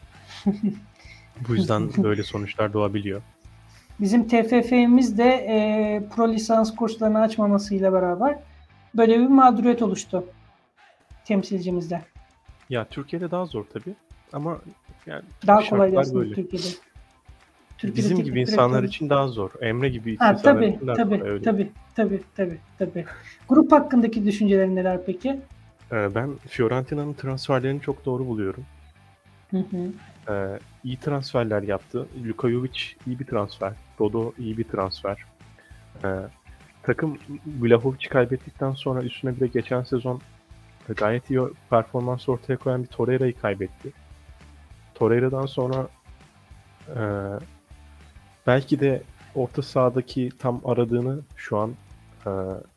Bu yüzden böyle sonuçlar doğabiliyor. Bizim T F F'miz de e, pro lisans kurslarını açmamasıyla beraber böyle bir mağduriyet oluştu temsilcimizde. Ya Türkiye'de daha zor tabii ama yani Daha kolay şartlar aslında böyle. Türkiye'de. Türkiye'de Bizim gibi teknik insanlar direktör. için daha zor. Emre gibi Ha insanlar tabii için daha tabii kolay öyle. tabii tabii tabii tabii. Grup hakkındaki düşüncelerin neler peki? Ee, ben Fiorentina'nın transferlerini çok doğru buluyorum. Hı hı. Ee, iyi transferler yaptı. Luka Jovic iyi bir transfer. Dodo iyi bir transfer. Ee, takım Vlahovic'i kaybettikten sonra üstüne bir de geçen sezon gayet iyi performans ortaya koyan bir Torreira'yı kaybetti. Torreira'dan sonra e, belki de orta sahadaki tam aradığını şu an e,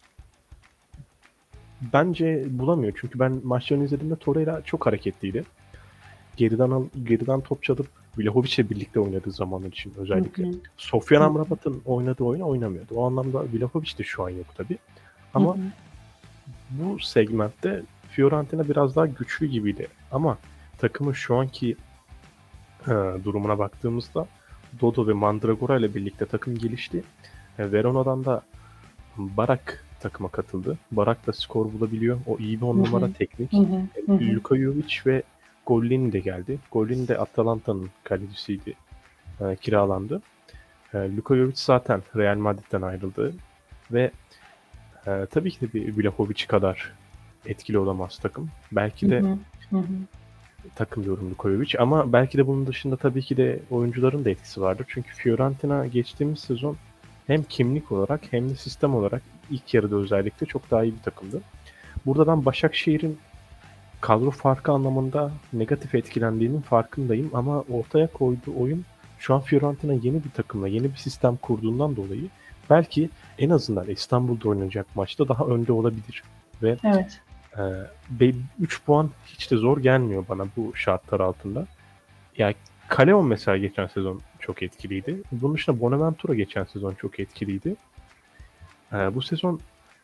bence bulamıyor. Çünkü ben maçlarını izlediğimde Torreira çok hareketliydi. Geriden al, geriden top çalıp Vlahovic'le birlikte oynadığı zamanlar için özellikle. Hı hı. Sofyan Hı. Amrabat'ın oynadığı oyunu oynamıyordu. O anlamda Vlahovic de şu an yok tabii. Hı Ama hı. bu segmentte Fiorentina biraz daha güçlü gibiydi. Ama takımın şu anki e, durumuna baktığımızda Dodo ve Mandragora ile birlikte takım gelişti. E, Verona'dan da Barak takıma katıldı. Barak da skor bulabiliyor. O iyi bir on Hı hı. numara teknik. Hı hı. Hı hı. Luka Jovic ve Gollini de geldi. Gollini de Atalanta'nın kalecisiydi. E, kiralandı. E, Luka Jovic zaten Real Madrid'den ayrıldı. Ve e, tabii ki de bir Vlahovic kadar etkili olamaz takım. Belki Hı de hı. Hı hı. takım diyorum Luka Jovic ama belki de bunun dışında tabii ki de oyuncuların da etkisi vardır. Çünkü Fiorentina geçtiğimiz sezon hem kimlik olarak hem de sistem olarak ilk yarıda özellikle çok daha iyi bir takımdı. Burada ben Başakşehir'in kadro farkı anlamında negatif etkilendiğinin farkındayım ama ortaya koyduğu oyun şu an Fiorentina yeni bir takımla, yeni bir sistem kurduğundan dolayı belki en azından İstanbul'da oynanacak maçta daha önde olabilir. Ve Evet. üç puan hiç de zor gelmiyor bana bu şartlar altında. Yani Kaleon mesela geçen sezon çok etkiliydi. Bunun dışında Bonaventura geçen sezon çok etkiliydi. Ee, bu sezon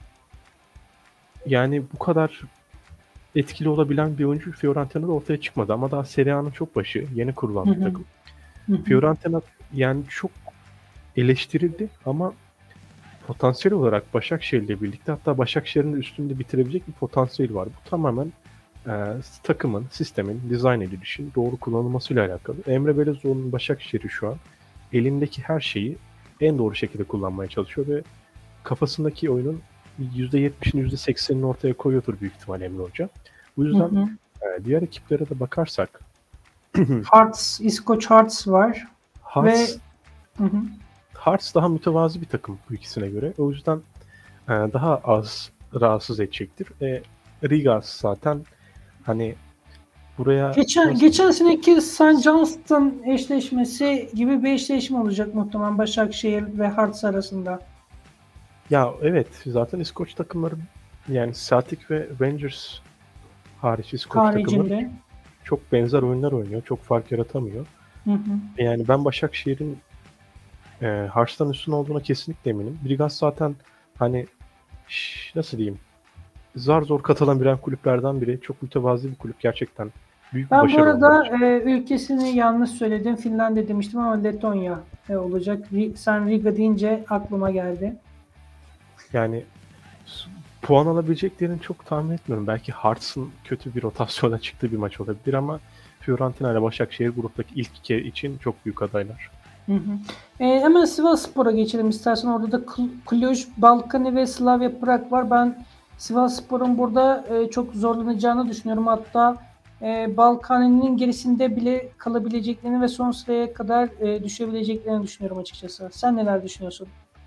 yani bu kadar etkili olabilen bir oyuncu Fiorentina'da ortaya çıkmadı ama daha Serie A'nın çok başı, yeni kurulan Hı bir hı. takım. Hı hı. Fiorentina yani çok eleştirildi ama potansiyel olarak Başakşehir'le birlikte hatta Başakşehir'in üstünde bitirebilecek bir potansiyel var. Bu tamamen e, takımın, sistemin dizayn edilişin doğru kullanılmasıyla alakalı. Emre Belezoğlu'nun Başakşehir'i şu an elindeki her şeyi en doğru şekilde kullanmaya çalışıyor ve kafasındaki oyunun yüzde yetmişini yüzde seksenini ortaya koyuyordur büyük ihtimal Emre Hoca. Bu Hı yüzden hı. e, diğer ekiplere de bakarsak Hearts, İskoç Hearts var ve Hearts, hı hı. Hearts daha mütevazi bir takım bu ikisine göre. O yüzden e, daha az rahatsız edecektir. E, Riga zaten hani buraya Geçen nasıl geçen seneki Saint Johnston eşleşmesi gibi bir eşleşme olacak muhtemelen Başakşehir ve Hearts arasında. ya evet zaten İskoç takımları yani Celtic ve Rangers hariç İskoç takımları Haricinde. çok benzer oyunlar oynuyor. Çok fark yaratamıyor. Hı hı. Yani ben Başakşehir'in e, Hearts'tan üstün olduğuna kesinlikle eminim. Brigas zaten hani şş, nasıl diyeyim zar zor katılabilen kulüplerden biri. Çok mütevazi bir kulüp gerçekten. Büyük bir Ben bu başarı onlar arada için. e, ülkesini yanlış söyledim. Finlandiya demiştim ama Letonya e, olacak. Ri- Sen Riga deyince aklıma geldi. Yani s- puan alabileceklerini çok tahmin etmiyorum. Belki Hearts'ın kötü bir rotasyona çıktığı bir maç olabilir ama Fiorentina ile Başakşehir gruptaki ilk iki için çok büyük adaylar. Hı hı. E, hemen Sivasspor'a geçelim istersen. Orada da Kl- Cluj, Balkani ve Slavia Prag var. Ben Sivasspor'un burada e, çok zorlanacağını düşünüyorum. Hatta e, Balkani'nin gerisinde bile kalabileceklerini ve son sıraya kadar e, düşebileceklerini düşünüyorum açıkçası. Sen neler düşünüyorsun?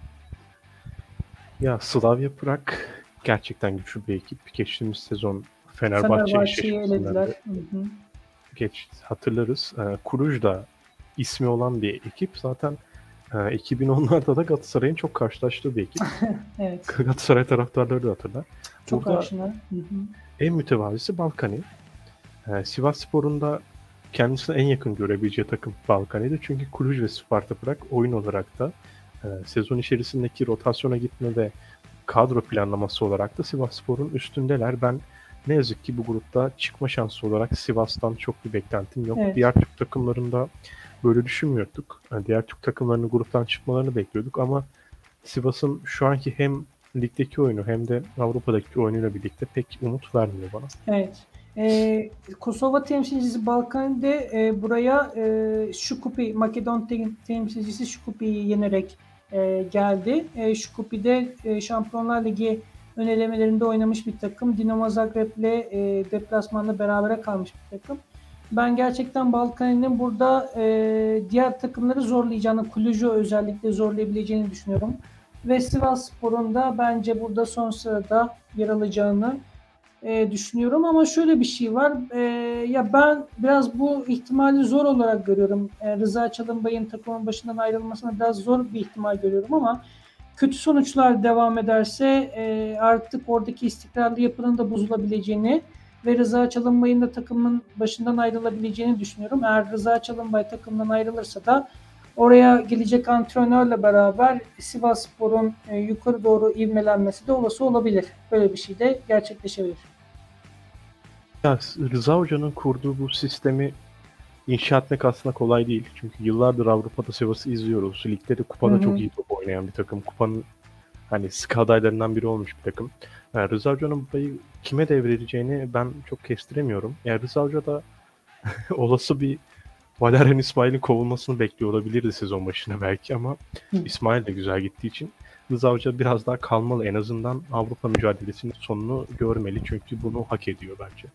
Ya Slavia Prag gerçekten güçlü bir ekip. Geçtiğimiz sezon Fenerbahçe Fenerbahçe'yi eşleşmesinden elediler. de Hı hı. geç hatırlarız. E, Cluj da ismi olan bir ekip. Zaten e, iki bin onlarda da Galatasaray'ın çok karşılaştığı bir ekip. Evet. Galatasaray taraftarları da hatırlar. Çok Burada aşina. Hı hı. en mütevazisi Balkani. E, Sivasspor'un da kendisine en yakın görebileceği takım Balkani'de. Çünkü Cluj ve Sparta Prag oyun olarak da e, sezon içerisindeki rotasyona gitme ve kadro planlaması olarak da Sivasspor'un üstündeler. Ben ne yazık ki bu grupta çıkma şansı olarak Sivas'tan çok bir beklentim yok. Evet. Diğer Türk takımlarında böyle düşünmüyorduk. Yani diğer Türk takımlarının gruptan çıkmalarını bekliyorduk ama Sivas'ın şu anki hem ligdeki oyunu hem de Avrupa'daki oyunuyla birlikte pek umut vermiyor bana. Evet. Ee, Kosova temsilcisi Balkan'de e, buraya e, Şukupi, Makedon te- temsilcisi Şukupi'yi yenerek e, geldi. E, Şukupi'de e, Şampiyonlar Ligi ön elemelerinde oynamış bir takım. Dinamo Zagreb'le e, deplasmanda berabere kalmış bir takım. Ben gerçekten Balkan'ın burada e, diğer takımları zorlayacağını, Kulücü özellikle zorlayabileceğini düşünüyorum. Ve Sivasspor'un da bence burada son sırada yer alacağını e, düşünüyorum ama şöyle bir şey var. E, ya ben biraz bu ihtimali zor olarak görüyorum. E, Rıza Çalınbay'ın takımın başından ayrılmasına biraz zor bir ihtimal görüyorum ama kötü sonuçlar devam ederse e, artık oradaki istikrarlı yapının da bozulabileceğini ve Rıza Çalınbay'ın da takımın başından ayrılabileceğini düşünüyorum. Eğer Rıza Çalınbay takımdan ayrılırsa da oraya gelecek antrenörle beraber Sivasspor'un e, yukarı doğru ivmelenmesi de olası olabilir. Böyle bir şey de gerçekleşebilir. Ya Rıza Hoca'nın kurduğu bu sistemi inşa etmek aslında kolay değil. Çünkü yıllardır Avrupa'da Sivas'ı izliyoruz. Ligde de Hı kupada çok hı. iyi top oynayan bir takım. Kupanın hani sıkı adaylarından biri olmuş bir takım. Yani Rıza Hoca'nın burayı kime devredeceğini ben çok kestiremiyorum. Yani Rıza Hoca da olası bir Valerian İsmail'in kovulmasını bekliyor olabilirdi sezon başına belki ama Hı. İsmail de güzel gittiği için Rıza Hoca biraz daha kalmalı. En azından Avrupa mücadelesinin sonunu görmeli. Çünkü bunu hak ediyor bence.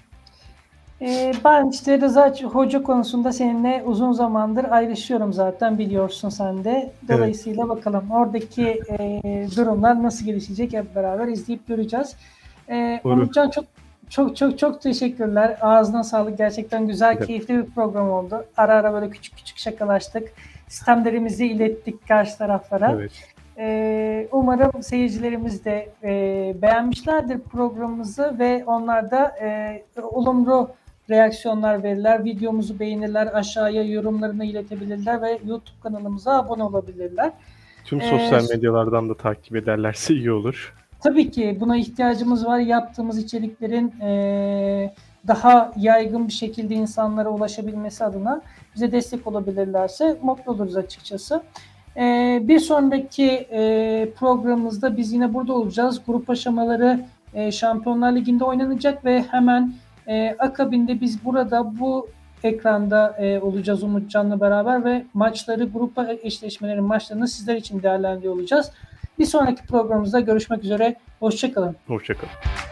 Ee, ben işte Rıza Hoca konusunda seninle uzun zamandır ayrışıyorum zaten biliyorsun sen de. Evet. Dolayısıyla bakalım oradaki e, durumlar nasıl gelişecek hep beraber izleyip göreceğiz. Ee, Doğru. Umutcan çok çok çok çok teşekkürler. Ağzına sağlık. Gerçekten güzel, Evet. keyifli bir program oldu. Ara ara böyle küçük küçük şakalaştık. Sistemlerimizi ilettik karşı taraflara. Evet. Ee, umarım seyircilerimiz de e, beğenmişlerdir programımızı ve onlar da e, olumlu reaksiyonlar verirler, videomuzu beğenirler, aşağıya yorumlarını iletebilirler ve YouTube kanalımıza abone olabilirler. Tüm Ee, sosyal medyalardan da takip ederlerse iyi olur. tabii ki buna ihtiyacımız var. Yaptığımız içeriklerin e, daha yaygın bir şekilde insanlara ulaşabilmesi adına bize destek olabilirlerse mutlu oluruz açıkçası. E, bir sonraki e, programımızda biz yine burada olacağız. Grup aşamaları e, Şampiyonlar Ligi'nde oynanacak ve hemen e, akabinde biz burada bu ekranda e, olacağız Umutcan'la beraber ve maçları, grup eşleşmelerin maçlarını sizler için değerlendiriyor olacağız. Bir sonraki programımızda görüşmek üzere. Hoşça kalın. Hoşça kalın.